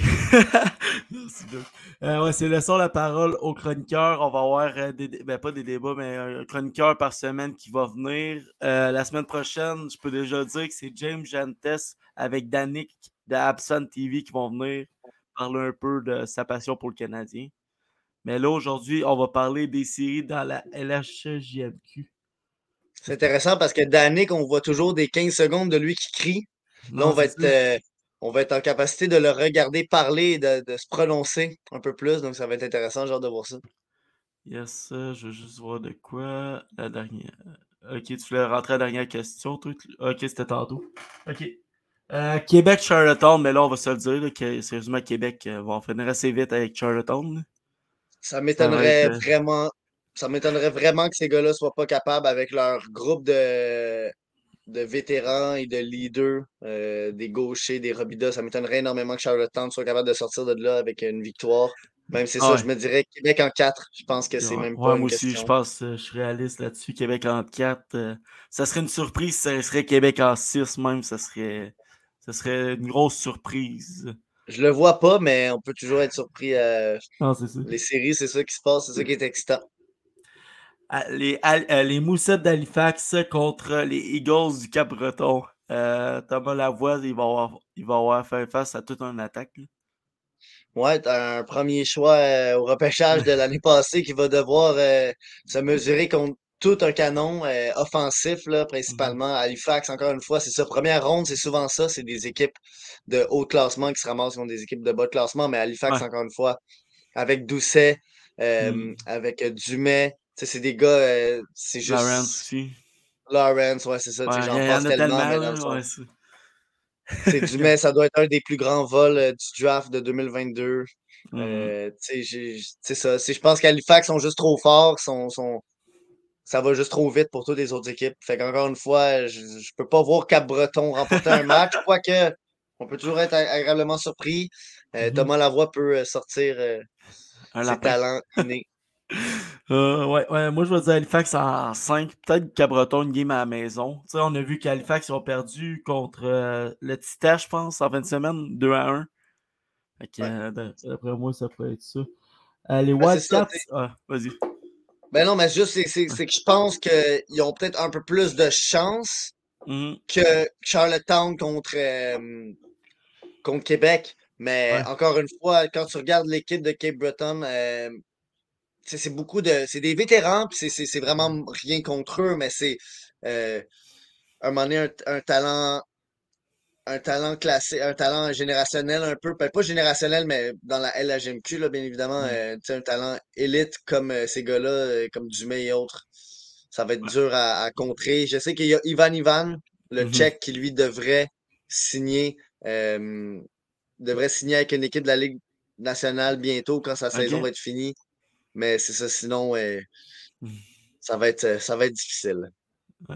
Ouais, c'est laissons la parole au chroniqueur. On va avoir pas des débats, mais un chroniqueur par semaine qui va venir. La semaine prochaine, je peux déjà dire que c'est James Jantes avec Danick de Absent TV qui vont venir parler un peu de sa passion pour le Canadien. Mais là, aujourd'hui, on va parler des séries dans la LHJMQ. C'est intéressant parce que Danick, on voit toujours des 15 secondes de lui qui crie. Là, on va être en capacité de le regarder parler et de se prononcer un peu plus. Donc, ça va être intéressant, genre, de voir ça. Yes, je veux juste voir de quoi. La dernière. Ok, tu voulais rentrer à la dernière question, toi? Ok, c'était tantôt. Ok. Québec-Charlottetown, mais là, on va se le dire, là, que sérieusement, Québec va en finir assez vite avec Charlottetown. Ça m'étonnerait vraiment. Ça m'étonnerait vraiment que ces gars-là soient pas capables avec leur groupe de vétérans et de leaders, des gauchers, des Robidas. Ça m'étonnerait énormément que Charlottetown soit capable de sortir de là avec une victoire. Même c'est Ah ça, ouais. je me dirais Québec en 4. Je pense que c'est même pas Ouais, une moi aussi, je question. pense, je suis réaliste là-dessus. Québec en 4. Ça serait une surprise si ça serait Québec en 6 même. Ça serait une grosse surprise. Je le vois pas, mais on peut toujours être surpris. Non, c'est ça. Les séries, c'est ça qui se passe, c'est ça qui est excitant. Les Moussettes d'Halifax contre les Eagles du Cap-Breton. Thomas Lavoie, il va avoir fait face à toute une attaque. Là. Ouais, t'as un premier choix au repêchage de l'année passée qui va devoir se mesurer contre tout un canon offensif, là, Mhm. principalement. Halifax, encore une fois, c'est ça. Première ronde, c'est souvent ça. C'est des équipes de haut classement qui se ramassent contre des équipes de bas de classement. Mais Halifax, Ouais. encore une fois, avec Doucet, Mm. avec Dumais, tu sais, c'est des gars, c'est Lawrence juste aussi. Lawrence, ouais, c'est ça. Tu sais, Ouais, il j'en y passe en a tellement, tellement, mais dans le là. sens. Ouais, c'est... Tu sais, Dumais, ça doit être un des plus grands vols du draft de 2022. Mhm. Tu sais, c'est ça. Je pense qu'Halifax sont juste trop forts, ça va juste trop vite pour toutes les autres équipes. Fait qu'encore une fois, je peux pas voir Cap-Breton remporter un match, quoique on peut toujours être agréablement surpris. Mhm. Thomas Lavoie peut sortir Un ses lapin. talents innés. Ouais, moi je vais dire Halifax en 5. Peut-être Cabreton une game à la maison. Tu sais, on a vu qu'Halifax ils ont perdu contre le Titan, je pense, en fin de semaine, 2-1. Fait que, Ouais. d'après moi, ça pourrait être ça. Les Ben, c'est ça. Wildcats, vas-y. Ben non, mais juste, Ouais. c'est que je pense qu'ils ont peut-être un peu plus de chance Mhm. que Charlottetown contre Québec. Mais Ouais. encore une fois, quand tu regardes l'équipe de Cape Breton, c'est beaucoup c'est des vétérans, puis c'est vraiment rien contre eux, mais c'est euh, à un moment donné un talent classé, un talent générationnel un peu, ben, pas générationnel, mais dans la LHMQ, là, bien évidemment, Mhm. tu sais, un talent élite comme ces gars-là, comme Dumais et autres. Ça va être Ouais. dur à contrer. Je sais qu'il y a Ivan, le Mhm. Tchèque, qui lui signer, euh, devrait signer avec une équipe de la Ligue nationale bientôt quand sa saison Ok. va être finie. Mais c'est ça, sinon, Mhm. ça va être difficile. Ouais.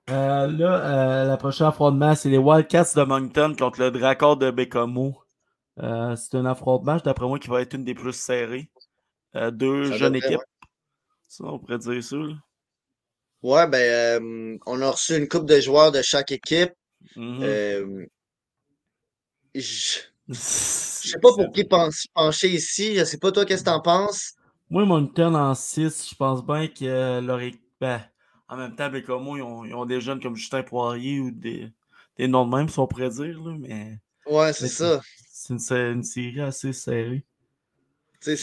La prochaine affrontement, c'est les Wildcats de Moncton contre le Dracor de Bécomo. C'est un affrontement, d'après moi, qui va être une des plus serrées. Deux Ça jeunes devrait, ouais. équipes, ça, on pourrait dire ça. Là. Ouais, ben, on a reçu une coupe de joueurs de chaque équipe. Mhm. Euh, je, je sais pas C'est- pour qui pencher ici. Je sais pas toi, qu'est-ce que t'en penses? Moi, Moncton en 6, je pense bien que ben, en même temps, Bécomo, ils ont des jeunes comme Justin Poirier ou des noms de même, si on pourrait dire, là, mais Ouais, c'est c'est ça. une série assez serrée. Tu sais,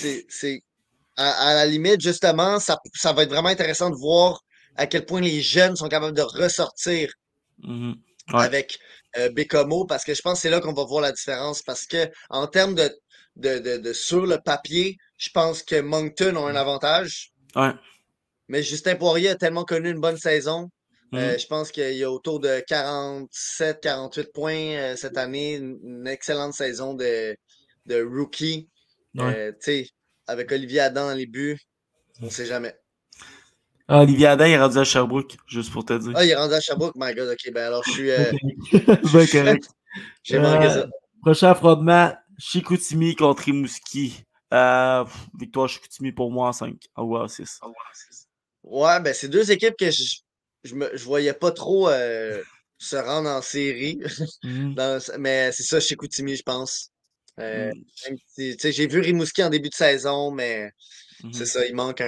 à la limite, justement, ça va être vraiment intéressant de voir à quel point les jeunes sont capables de ressortir Mhm. Ouais. avec Bécomo, parce que je pense que c'est là qu'on va voir la différence. Parce que en termes de sur le papier, je pense que Moncton ont un avantage. Ouais. Mais Justin Poirier a tellement connu une bonne saison. Mhm. Je pense qu'il y a autour de 47, 48 points cette année. Une excellente saison de rookie. Ouais. Tu sais, avec Olivier Adam dans les buts, on sait jamais. Ah, Olivier Adam, il est rendu à Sherbrooke, juste pour te dire. Ah, il est rendu à Sherbrooke. My God, ok. Ben alors, Ben correct. Ben correct. j'ai manqué ça. Prochain affrontement, Chicoutimi contre Rimouski. Victoire Chicoutimi pour moi en 5. Ah ouais, 6. Ouais, ben c'est deux équipes que je voyais pas trop se rendre en série. Mhm. Mais c'est ça, chez Chicoutimi, je pense. Euh, Mhm. Même si, tu sais, j'ai vu Rimouski en début de saison, mais c'est Mhm. ça,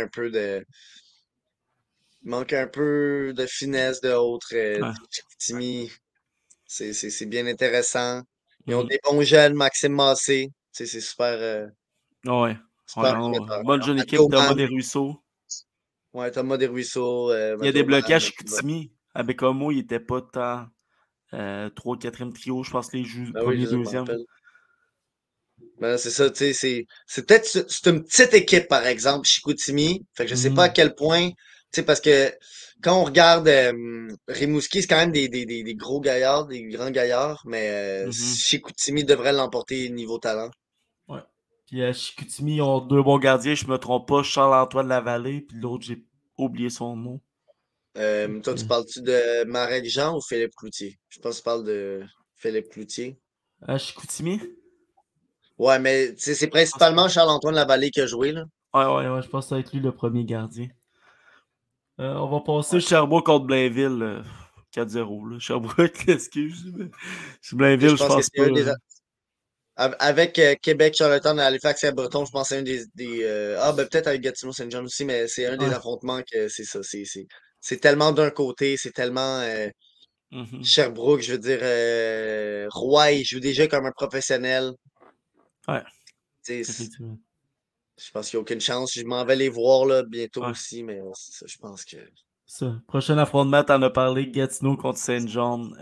il manque un peu de finesse de autres. Ouais. Chicoutimi, c'est bien intéressant. Ils ont Mhm. des bons jeunes, Maxime Massé. Tu sais, c'est Ouais. Ouais, super prometteur. bonne jeune équipe, Mario Thomas Man, Desruisseaux. ouais, Thomas Desruisseaux, Il y a Mario débloqué à Man. Chicoutimi. À Bécomo, il était pas tant 3 4e trio, je pense, les Ben oui, premier, je me deuxième. rappelle. Ben, c'est ça, tu sais, c'est peut-être, c'est une petite équipe, par exemple, Chicoutimi. Fait que je sais pas à Mhm. quel point, tu sais, parce que quand on regarde Rimouski, c'est quand même des gros gaillards, des grands gaillards, mais Mhm. Chicoutimi devrait l'emporter niveau talent. Ouais. Puis à Chicoutimi, ils ont deux bons gardiens, je me trompe pas, Charles-Antoine Lavallée, puis l'autre, j'ai oublié son nom. Toi, tu parles-tu de Marek Jean ou Philippe Cloutier? Je pense que tu parles de Philippe Cloutier. À Chicoutimi? Ouais, mais c'est principalement Charles-Antoine Lavallée qui a joué, là. Ouais, je pense que ça va être lui le premier gardien. On va passer Sherbrooke contre Blainville. 4-0, là. Sherbrooke, excuse. Mais... Blainville, je pense c'est un pas. des. Avec Québec, Charlottetown et Halifax et Breton, je pense que c'est un ben peut-être avec Gatineau Saint John aussi, mais c'est un des Ouais. affrontements que c'est ça. C'est tellement d'un côté, c'est tellement Mhm. Sherbrooke, je veux dire Roy, il joue déjà comme un professionnel. Ouais, Tu sais, effectivement. je pense qu'il n'y a aucune chance. Je m'en vais les voir là, bientôt Ouais. aussi, mais c'est ça, je pense que. Ça. Prochain affrontement, t'en as parlé, Gatineau contre Saint John.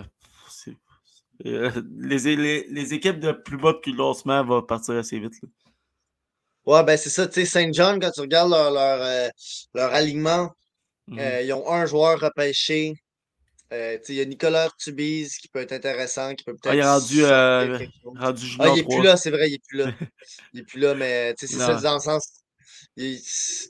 Les équipes de plus bas depuis le classement vont partir assez vite. Là. Ouais, ben c'est ça, tu sais, Saint John, quand tu regardes leur alignement, Mhm. ils ont un joueur repêché. Tu sais, il y a Nicolas Artubise qui peut être intéressant, qui peut Ah, il peut-être est sortir quelque chose. rendu Ah, junior il est plus 3. là, c'est vrai, il est plus là. Il est plus là, mais tu sais, c'est ça, Non, dans le sens. Tu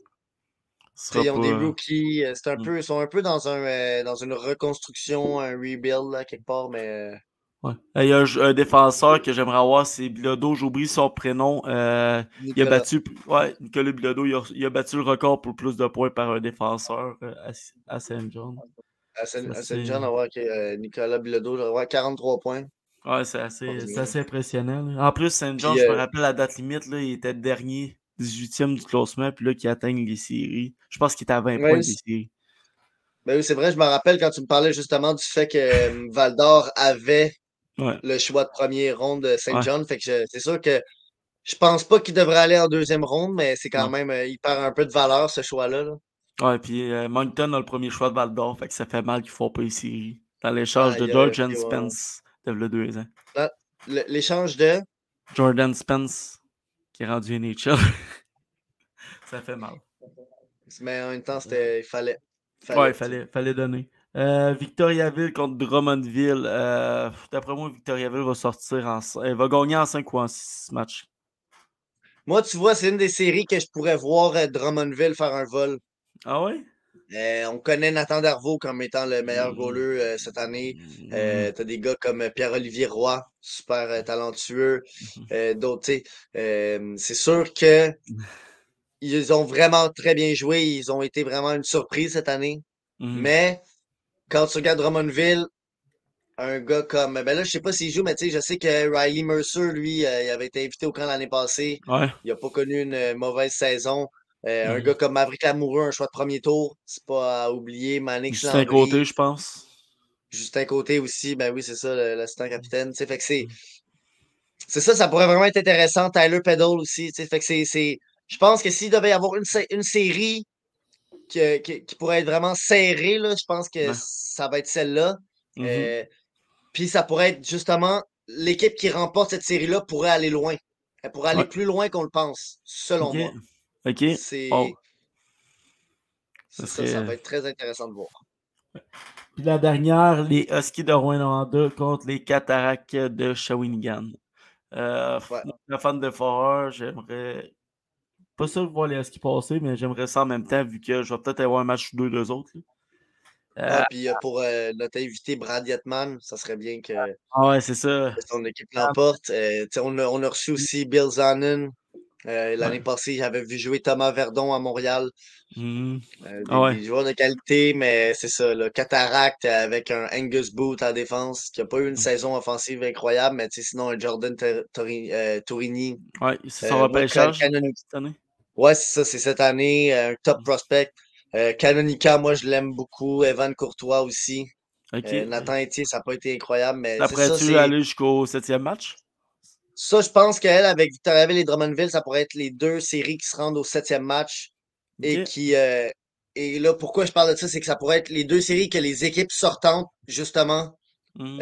ce sais, sera ils ont pas. des rookies. Mm. Ils sont un peu dans une reconstruction, un rebuild, là, quelque part, mais. Ouais. Il y a un défenseur que j'aimerais avoir, c'est Bilodeau. J'oublie son prénom. Il a Nicolas. battu. Ouais, Nicolas Bilodeau, il a battu le record pour le plus de points par un défenseur à Saint John. À Saint John, on va voir Nicolas Bilodeau, on va voir 43 points. Ouais, c'est assez impressionnant. Là. En plus, Saint John, Puis, je me rappelle la date limite, là, il était dernier, 18e du classement, puis là, qui atteignent les séries. Je pense qu'il était à 20 points ouais, des séries. ben oui, c'est vrai, je me rappelle quand tu me parlais justement du fait que Val d'Or avait Ouais, le choix de première ronde de Saint ouais, John. Fait que c'est sûr que je pense pas qu'il devrait aller en deuxième ronde, mais c'est quand non. même, il perd un peu de valeur, ce choix-là, là. Ouais, puis Moncton a le premier choix de Val d'Or, fait que ça fait mal qu'ils font pas les séries. Dans l'échange de Aïe, aïe, ok, Jordan ouais, ouais. Spence, de le 2 ans. Là, l'échange de. Jordan Spence, qui est rendu NHL. Ça fait mal. Mais en même temps, il fallait. Ouais, il Tu sais. fallait donner. Victoriaville contre Drummondville. D'après moi, Victoriaville va sortir elle va gagner en 5 ou en 6 matchs. Moi, tu vois, c'est une des séries que je pourrais voir Drummondville faire un vol. Ah ouais? On connaît Nathan Darvaux comme étant le meilleur goaler cette année. Mhm. T'as des gars comme Pierre-Olivier Roy, super talentueux. D'autres, tu sais, c'est sûr que ils ont vraiment très bien joué. Ils ont été vraiment une surprise cette année. Mhm. Mais quand tu regardes Drummondville, un gars comme. Ben là, je sais pas s'il joue, mais tu sais, je sais que Riley Mercer, lui, il avait été invité au camp l'année passée. Ouais. Il a pas connu une mauvaise saison. Un Mhm. gars comme Maverick Lamoureux, un choix de premier tour, c'est pas à oublier. Manix Justin Côté, Landry, je pense. Justin Côté aussi, ben oui, c'est ça, l'assistant capitaine. Tu sais, fait que c'est ça, ça pourrait vraiment être intéressant. Tyler Peddle aussi, tu sais, fait que je pense que s'il devait y avoir une série qui pourrait être vraiment serrée, là, je pense que Ouais. ça va être celle-là. Mhm. Euh, Puis ça pourrait être justement l'équipe qui remporte cette série-là pourrait aller loin. Elle pourrait aller Ouais. plus loin qu'on le pense, selon Ok. moi. Ok. Oh, C'est ça ça, ça serait. va être très intéressant de voir. Puis la dernière, les Huskies de Rwanda contre les Cataractes de Shawinigan. Ouais. Moi, je suis un fan de Foreur, j'aimerais. Pas sûr de voir les Huskies passer, mais j'aimerais ça en même temps, vu que je vais peut-être avoir un match ou d'eux autres. Là. Ah, puis pour notre invité Brad Yetman, ça serait bien que Ouais, c'est ça. son équipe l'emporte. Tu sais, on a reçu aussi Bill Zanon. L'année Ouais. passée, j'avais vu jouer Thomas Verdon à Montréal. Mhm. Ah ouais. Des joueurs de qualité, mais c'est ça, le Cataract avec un Angus Booth en défense, qui n'a pas eu une saison offensive incroyable, mais tu sais, sinon un Jordan Tourini. Ouais, c'est son Moi, repêchage Canonic. cette année. Ouais, c'est ça, c'est cette année, un top prospect. Canonica, moi, je l'aime beaucoup. Evan Courtois aussi. Ok. Nathan Etier, ça n'a pas été incroyable, mais Ça c'est ça, pourrait-tu aller jusqu'au 7e match? Ça, je pense qu'elle, avec Victoriaville et Drummondville, ça pourrait être les deux séries qui se rendent au 7e match et Ok. qui. Et là, pourquoi je parle de ça, c'est que ça pourrait être les deux séries que les équipes sortantes, justement, Mhm.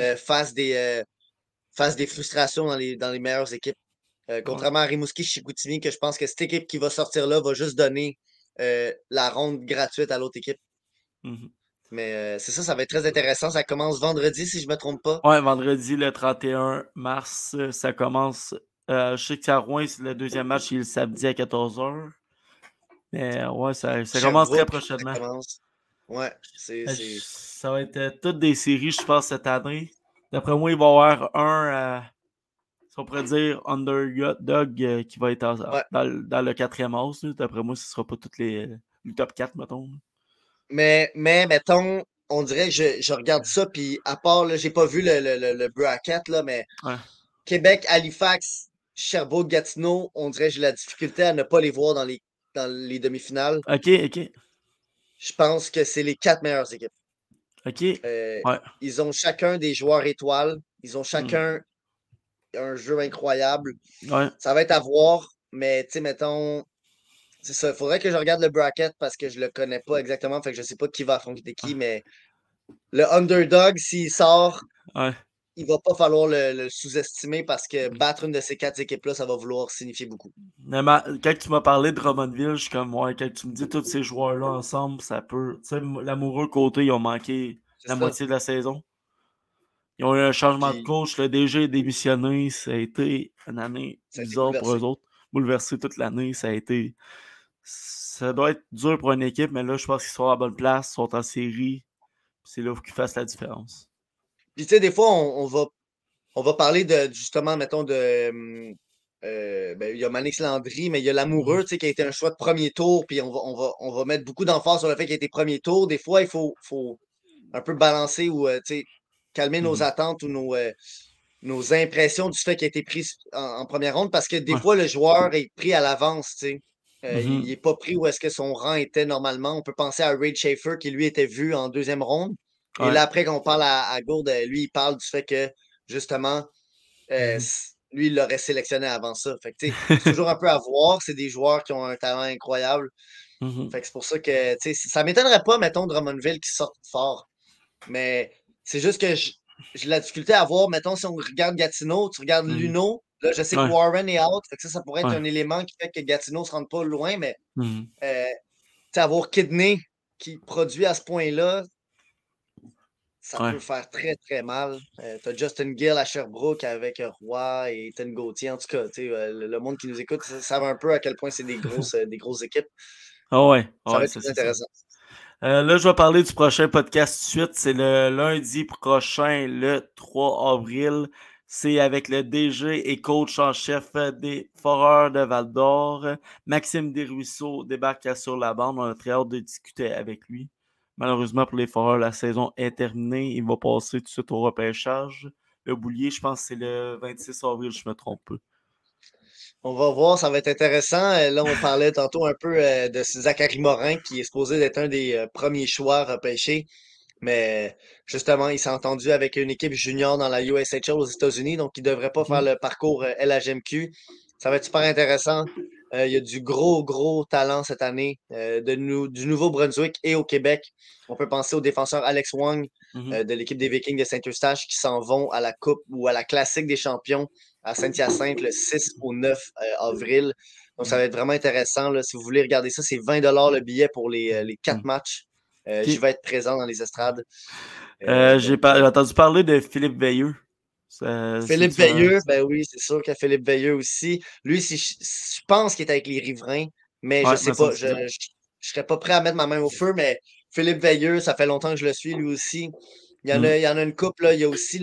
fassent des frustrations dans les meilleures équipes. Ouais. Contrairement à Rimouski Chicoutimi, que je pense que cette équipe qui va sortir là va juste donner la ronde gratuite à l'autre équipe. Mhm. Mais c'est ça, ça va être très intéressant. Ça commence vendredi, si je me trompe pas. Ouais, vendredi le 31 mars, ça commence. Je sais qu'à Rouen, le deuxième match, il est le samedi à 14h. Mais ouais, ça commence très Sherbrooke, ça prochainement. commence. Ouais, Ça va être toutes des séries, je pense, cette année. D'après moi, il va y avoir on pourrait dire Underdog qui va être Ouais. dans le 4e house. D'après moi, ce ne sera pas toutes les top 4, mettons. Mais mettons, on dirait que je regarde ça, puis à part, là, j'ai pas vu le bracket, là, mais Ouais. Québec, Halifax, Sherbrooke, Gatineau, on dirait que j'ai la difficulté à ne pas les voir dans les demi-finales. OK. Je pense que c'est les 4 meilleures équipes. OK. Ouais. Ils ont chacun des joueurs étoiles. Ils ont chacun un jeu incroyable. Ouais. Ça va être à voir, mais tu sais, mettons, c'est ça. Il faudrait que je regarde le bracket parce que je le connais pas exactement. Fait que je sais pas qui va affronter qui, mais le underdog, s'il sort, Ouais. il va pas falloir le sous-estimer parce que battre une de ces 4 équipes-là, ça va vouloir signifier beaucoup. Mais quand tu m'as parlé de Drummondville, je suis comme, ouais, quand tu me dis tous ces joueurs-là ensemble, ça peut. Tu sais, l'amoureux côté, ils ont manqué C'est la ça. moitié de la saison. Ils ont eu un changement de Puis, coach. Le DG est démissionné. Ça a été une année ça a été bizarre pour eux bouleversé. autres. Bouleversé toute l'année. Ça doit être dur pour une équipe, mais là, je pense qu'ils sont à la bonne place, ils sont en série. C'est là qu'ils fassent la différence. Puis tu sais, des fois, on va parler de justement, mettons, ben, il y a Manix Landry, mais il y a l'amoureux, tu sais, qui a été un choix de premier tour, puis on va mettre beaucoup d'emphase sur le fait qu'il a été premier tour. Des fois, il faut un peu balancer ou tu sais, calmer nos attentes ou nos impressions du fait qu'il a été pris en première ronde, parce que des Ouais. fois, le joueur est pris à l'avance, tu sais. Il Mhm. n'est pas pris où est-ce que son rang était normalement. On peut penser à Reid Schaefer qui, lui, était vu en deuxième ronde. Et Ouais. là, après qu'on parle à Gourde, lui, il parle du fait que, justement, lui, il l'aurait sélectionné avant ça. Fait que, tu sais, c'est toujours un peu à voir. C'est des joueurs qui ont un talent incroyable. Mhm. Fait que c'est pour ça que, tu sais, ça m'étonnerait pas, mettons, Drummondville qui sorte fort. Mais c'est juste que j'ai la difficulté à voir, mettons, si on regarde Gatineau, tu regardes Mhm. Luno. Là, je sais que Ouais. Warren est out. Fait que ça pourrait être Ouais. un élément qui fait que Gatineau se rende pas loin, mais Mhm. tu sais, avoir Kidney qui produit à ce point-là, ça Ouais. peut faire très, très mal. T'as Justin Gill à Sherbrooke avec Roy et Ethan Gauthier. En tout cas, tu sais, le monde qui nous écoute savent un peu à quel point c'est des grosses équipes. Ah ouais. Ça va Ouais, être ça, très c'est ça. intéressant. Là, je vais parler du prochain podcast tout de suite. C'est le lundi prochain, le 3 avril. C'est avec le DG et coach en chef des Foreurs de Val-d'Or. Maxime Desruisseaux débarque sur la bande. On a très hâte de discuter avec lui. Malheureusement pour les Foreurs, la saison est terminée. Il va passer tout de suite au repêchage. Le Boulier, je pense que c'est le 26 avril, je me trompe pas. On va voir, ça va être intéressant. Là, on parlait tantôt un peu de Zachary Morin, qui est supposé être un des premiers choix repêchés. Mais justement, il s'est entendu avec une équipe junior dans la USHL aux États-Unis, donc il ne devrait pas faire le parcours LHMQ. Ça va être super intéressant. Il y a du gros talent cette année du Nouveau-Brunswick et au Québec. On peut penser au défenseur Alex Wong de l'équipe des Vikings de Saint-Eustache qui s'en vont à la Coupe ou à la Classique des champions à Saint-Hyacinthe le 6 au 9 avril. Donc, ça va être vraiment intéressant. Là. Si vous voulez regarder ça, c'est 20 le billet pour les 4 matchs. Je vais être présent dans les estrades. J'ai entendu parler de Philippe Veilleux. Philippe Veilleux, ben oui, c'est sûr qu'il y a Philippe Veilleux aussi. Lui, je pense qu'il est avec les Riverains, mais je Ouais, sais ça me pas. dit ça. Je serais pas prêt à mettre ma main au feu, mais Philippe Veilleux, ça fait longtemps que je le suis, lui aussi. Il y en a une couple, là. Il y a aussi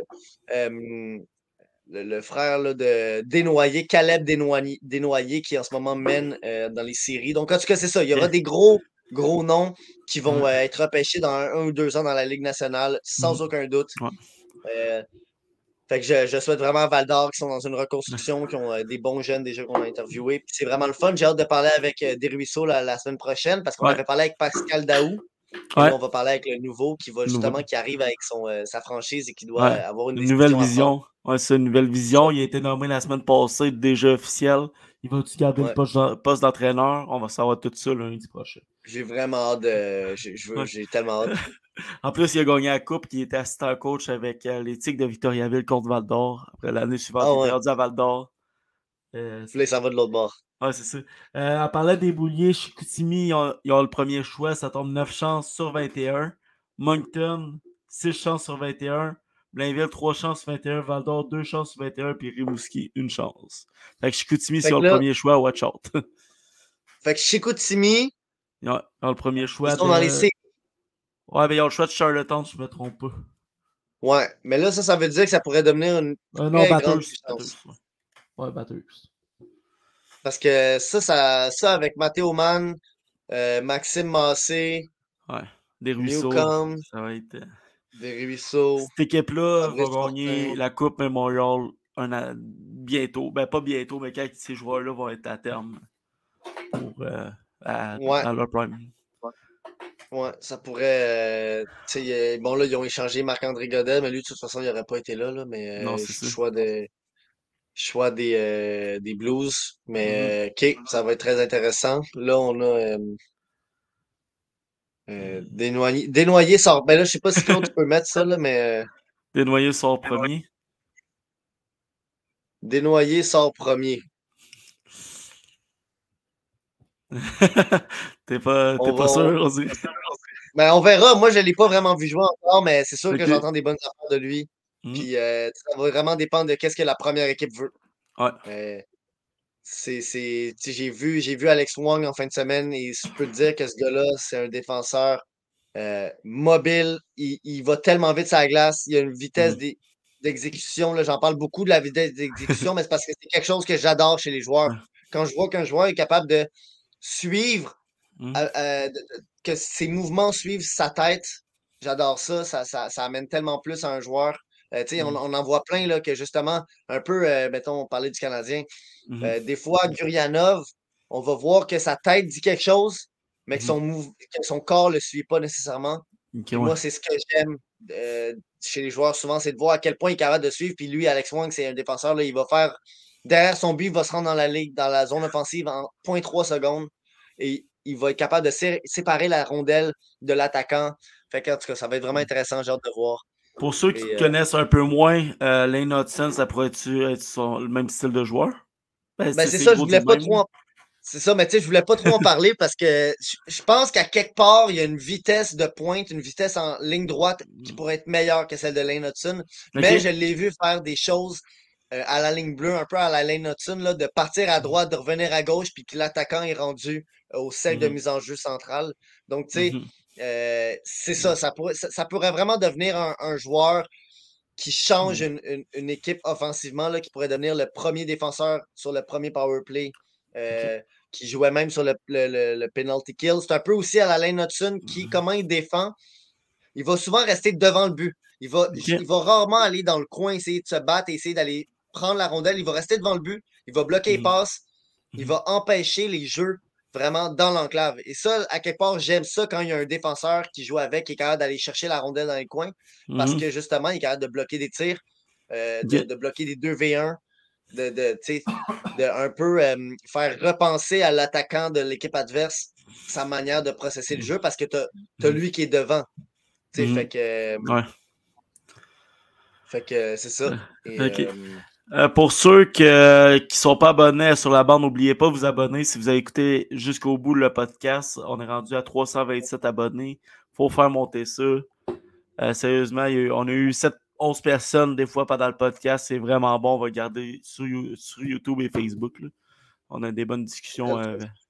le frère là, de Desnoyers, Caleb Desnoyers, qui en ce moment mène dans les séries. Donc, en tout cas, c'est ça. Il y aura des gros noms qui vont être repêchés dans 1 ou 2 ans dans la Ligue nationale, sans aucun doute. Ouais. Fait que je souhaite vraiment à Val d'Or qui sont dans une reconstruction, qui ont des bons jeunes déjà qu'on a interviewés. Puis c'est vraiment le fun. J'ai hâte de parler avec Desruisseaux la semaine prochaine parce qu'on avait parlé avec Pascal Daou. Et là, on va parler avec le nouveau qui va justement, qui arrive avec sa franchise et qui doit avoir une nouvelle décision à prendre. vision. Ouais, c'est une nouvelle vision. Il a été nommé la semaine passée, déjà officiel. Il va-tu garder le poste d'entraîneur? On va savoir tout ça lundi prochain. J'ai vraiment hâte de. J'ai tellement hâte. En plus, il a gagné la coupe, il était assistant coach avec les Tigres de Victoriaville contre Val d'Or. Après l'année suivante, il était rendu à Val d'Or. Là, ça va de l'autre bord. Ouais, c'est ça. En parlant des Bouliers, Chicoutimi, ils ont le premier choix. Ça tombe 9 chances sur 21. Moncton, 6 chances sur 21. Blainville, 3 chances sur 21. Val d'Or, 2 chances sur 21. Puis Rimouski, 1 chance. Fait que Chicoutimi, s'ils ont le premier choix, watch out. Fait que Chicoutimi, ils ont le premier choix. Ils sont dans les séries. Ouais, mais ils ont le choix de Charlottetown, si je me trompe pas. Ouais, mais là, ça veut dire que ça pourrait devenir une Non, très grande batteuse. puissance. Ouais, batteuse. Parce que ça avec Matteo Mann, Maxime Massé, Ouais. Des ruisseaux. Newcombe, Ça va être. des ruisseaux, Cette équipe-là va Fabrice gagner Fortin. la Coupe Memorial bientôt. Ben, pas bientôt, mais quand ces joueurs-là vont être à terme pour, Ouais, dans leur prime. ouais, ça pourrait. Tu sais, bon, là, ils ont échangé Marc-André Godet, mais lui, de toute façon, il n'aurait pas été là, Non, mais c'est ça. choix des Blues. Mhm. Mais OK, ça va être très intéressant. Là, on a Desnoyers sort. Ben là, je sais pas si Claude, tu peux mettre ça, là, mais Desnoyers sort premier. Desnoyers sort premier. T'es pas On va, sûr, on, on dit? ben, on verra. Moi, je l'ai pas vraiment vu jouer encore, mais c'est sûr que Ok. j'entends des bonnes affaires de lui. Mhm. Puis ça va vraiment dépendre de qu'est-ce que la première équipe veut. Ouais. Tu sais, j'ai vu Alex Wong en fin de semaine et je peux te dire que ce gars-là, c'est un défenseur mobile. Il va tellement vite sur la glace. Il a une vitesse Mhm. d'exécution. Là, j'en parle beaucoup de la vitesse d'exécution, mais c'est parce que c'est quelque chose que j'adore chez les joueurs. Ouais. Quand je vois qu'un joueur est capable de suivre, Mhm. que ses mouvements suivent sa tête, j'adore ça. Ça amène tellement plus à un joueur. Tu sais, on en voit plein là, que justement, un peu, mettons, on parlait du Canadien. Mhm. Des fois, Gurianov, on va voir que sa tête dit quelque chose, mais que que son corps ne le suit pas nécessairement. Ok, Puis ouais. moi, c'est ce que j'aime chez les joueurs souvent, c'est de voir à quel point il est capable de suivre. Puis lui, Alex Wang, c'est un défenseur, là, il va faire derrière son but, il va se rendre dans la ligue, dans la zone offensive en 0.3 secondes. Et il va être capable de séparer la rondelle de l'attaquant. Fait que, en tout cas, ça va être vraiment intéressant, j'ai hâte de voir. Pour ceux qui Et, connaissent un peu moins, Lane Hudson, ça pourrait-tu être le même style de joueur? Ben, ben, c'est c'est ça, je gros dit voulais de pas même. trop C'est ça, mais tu sais, je voulais pas trop en parler parce que je pense qu'à quelque part, il y a une vitesse de pointe, une vitesse en ligne droite qui pourrait être meilleure que celle de Lane Hudson. Mais je Ok. l'ai vu faire des choses à la ligne bleue, un peu à la Lane Hudson, là, de partir à droite, de revenir à gauche, puis que l'attaquant est rendu au cercle de Mhm. mise en jeu central. Donc, tu sais, Mhm. c'est ça, ça pourrait vraiment devenir un joueur qui change Mhm. une équipe offensivement, là, qui pourrait devenir le premier défenseur sur le premier power play, Ok. qui jouait même sur le penalty kill. C'est un peu aussi à la Lane Hudson qui, comment il défend, il va souvent rester devant le but. Il Ok. va rarement aller dans le coin, essayer de se battre, essayer d'aller prendre la rondelle. Il va rester devant le but, il va bloquer les Mhm. passes, il Mhm. va empêcher les jeux vraiment dans l'enclave. Et ça, à quelque part, j'aime ça quand il y a un défenseur qui joue avec, qui est capable d'aller chercher la rondelle dans les coins, parce Mhm. que justement, il est capable de bloquer des tirs, Ok. de bloquer des 2v1, tu sais, de un peu faire repenser à l'attaquant de l'équipe adverse sa manière de processer le jeu, parce que tu as Mhm. lui qui est devant. Tu sais, Mhm. Ouais. fait que c'est ça. Et, Ok. Pour ceux qui sont pas abonnés sur la bande, n'oubliez pas de vous abonner. Si vous avez écouté jusqu'au bout le podcast, on est rendu à 327 abonnés. Faut faire monter ça. Sérieusement, on a eu 11 personnes des fois pendant le podcast. C'est vraiment bon. On va garder sur YouTube et Facebook. Là. On a des bonnes discussions.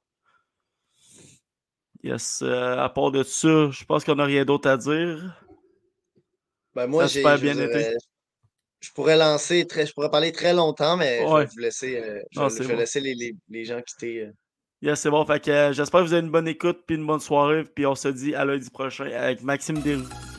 Yes. À part de ça, je pense qu'on n'a rien d'autre à dire. ben moi, Ça a super je veux bien dire, été. je pourrais parler très longtemps, mais je vais Ouais. vous laisser, Non, c'est je vais bon. laisser les gens quitter. Yes, c'est bon. Fait que j'espère que vous avez une bonne écoute puis une bonne soirée. Puis on se dit à lundi prochain avec Maxime Desrues.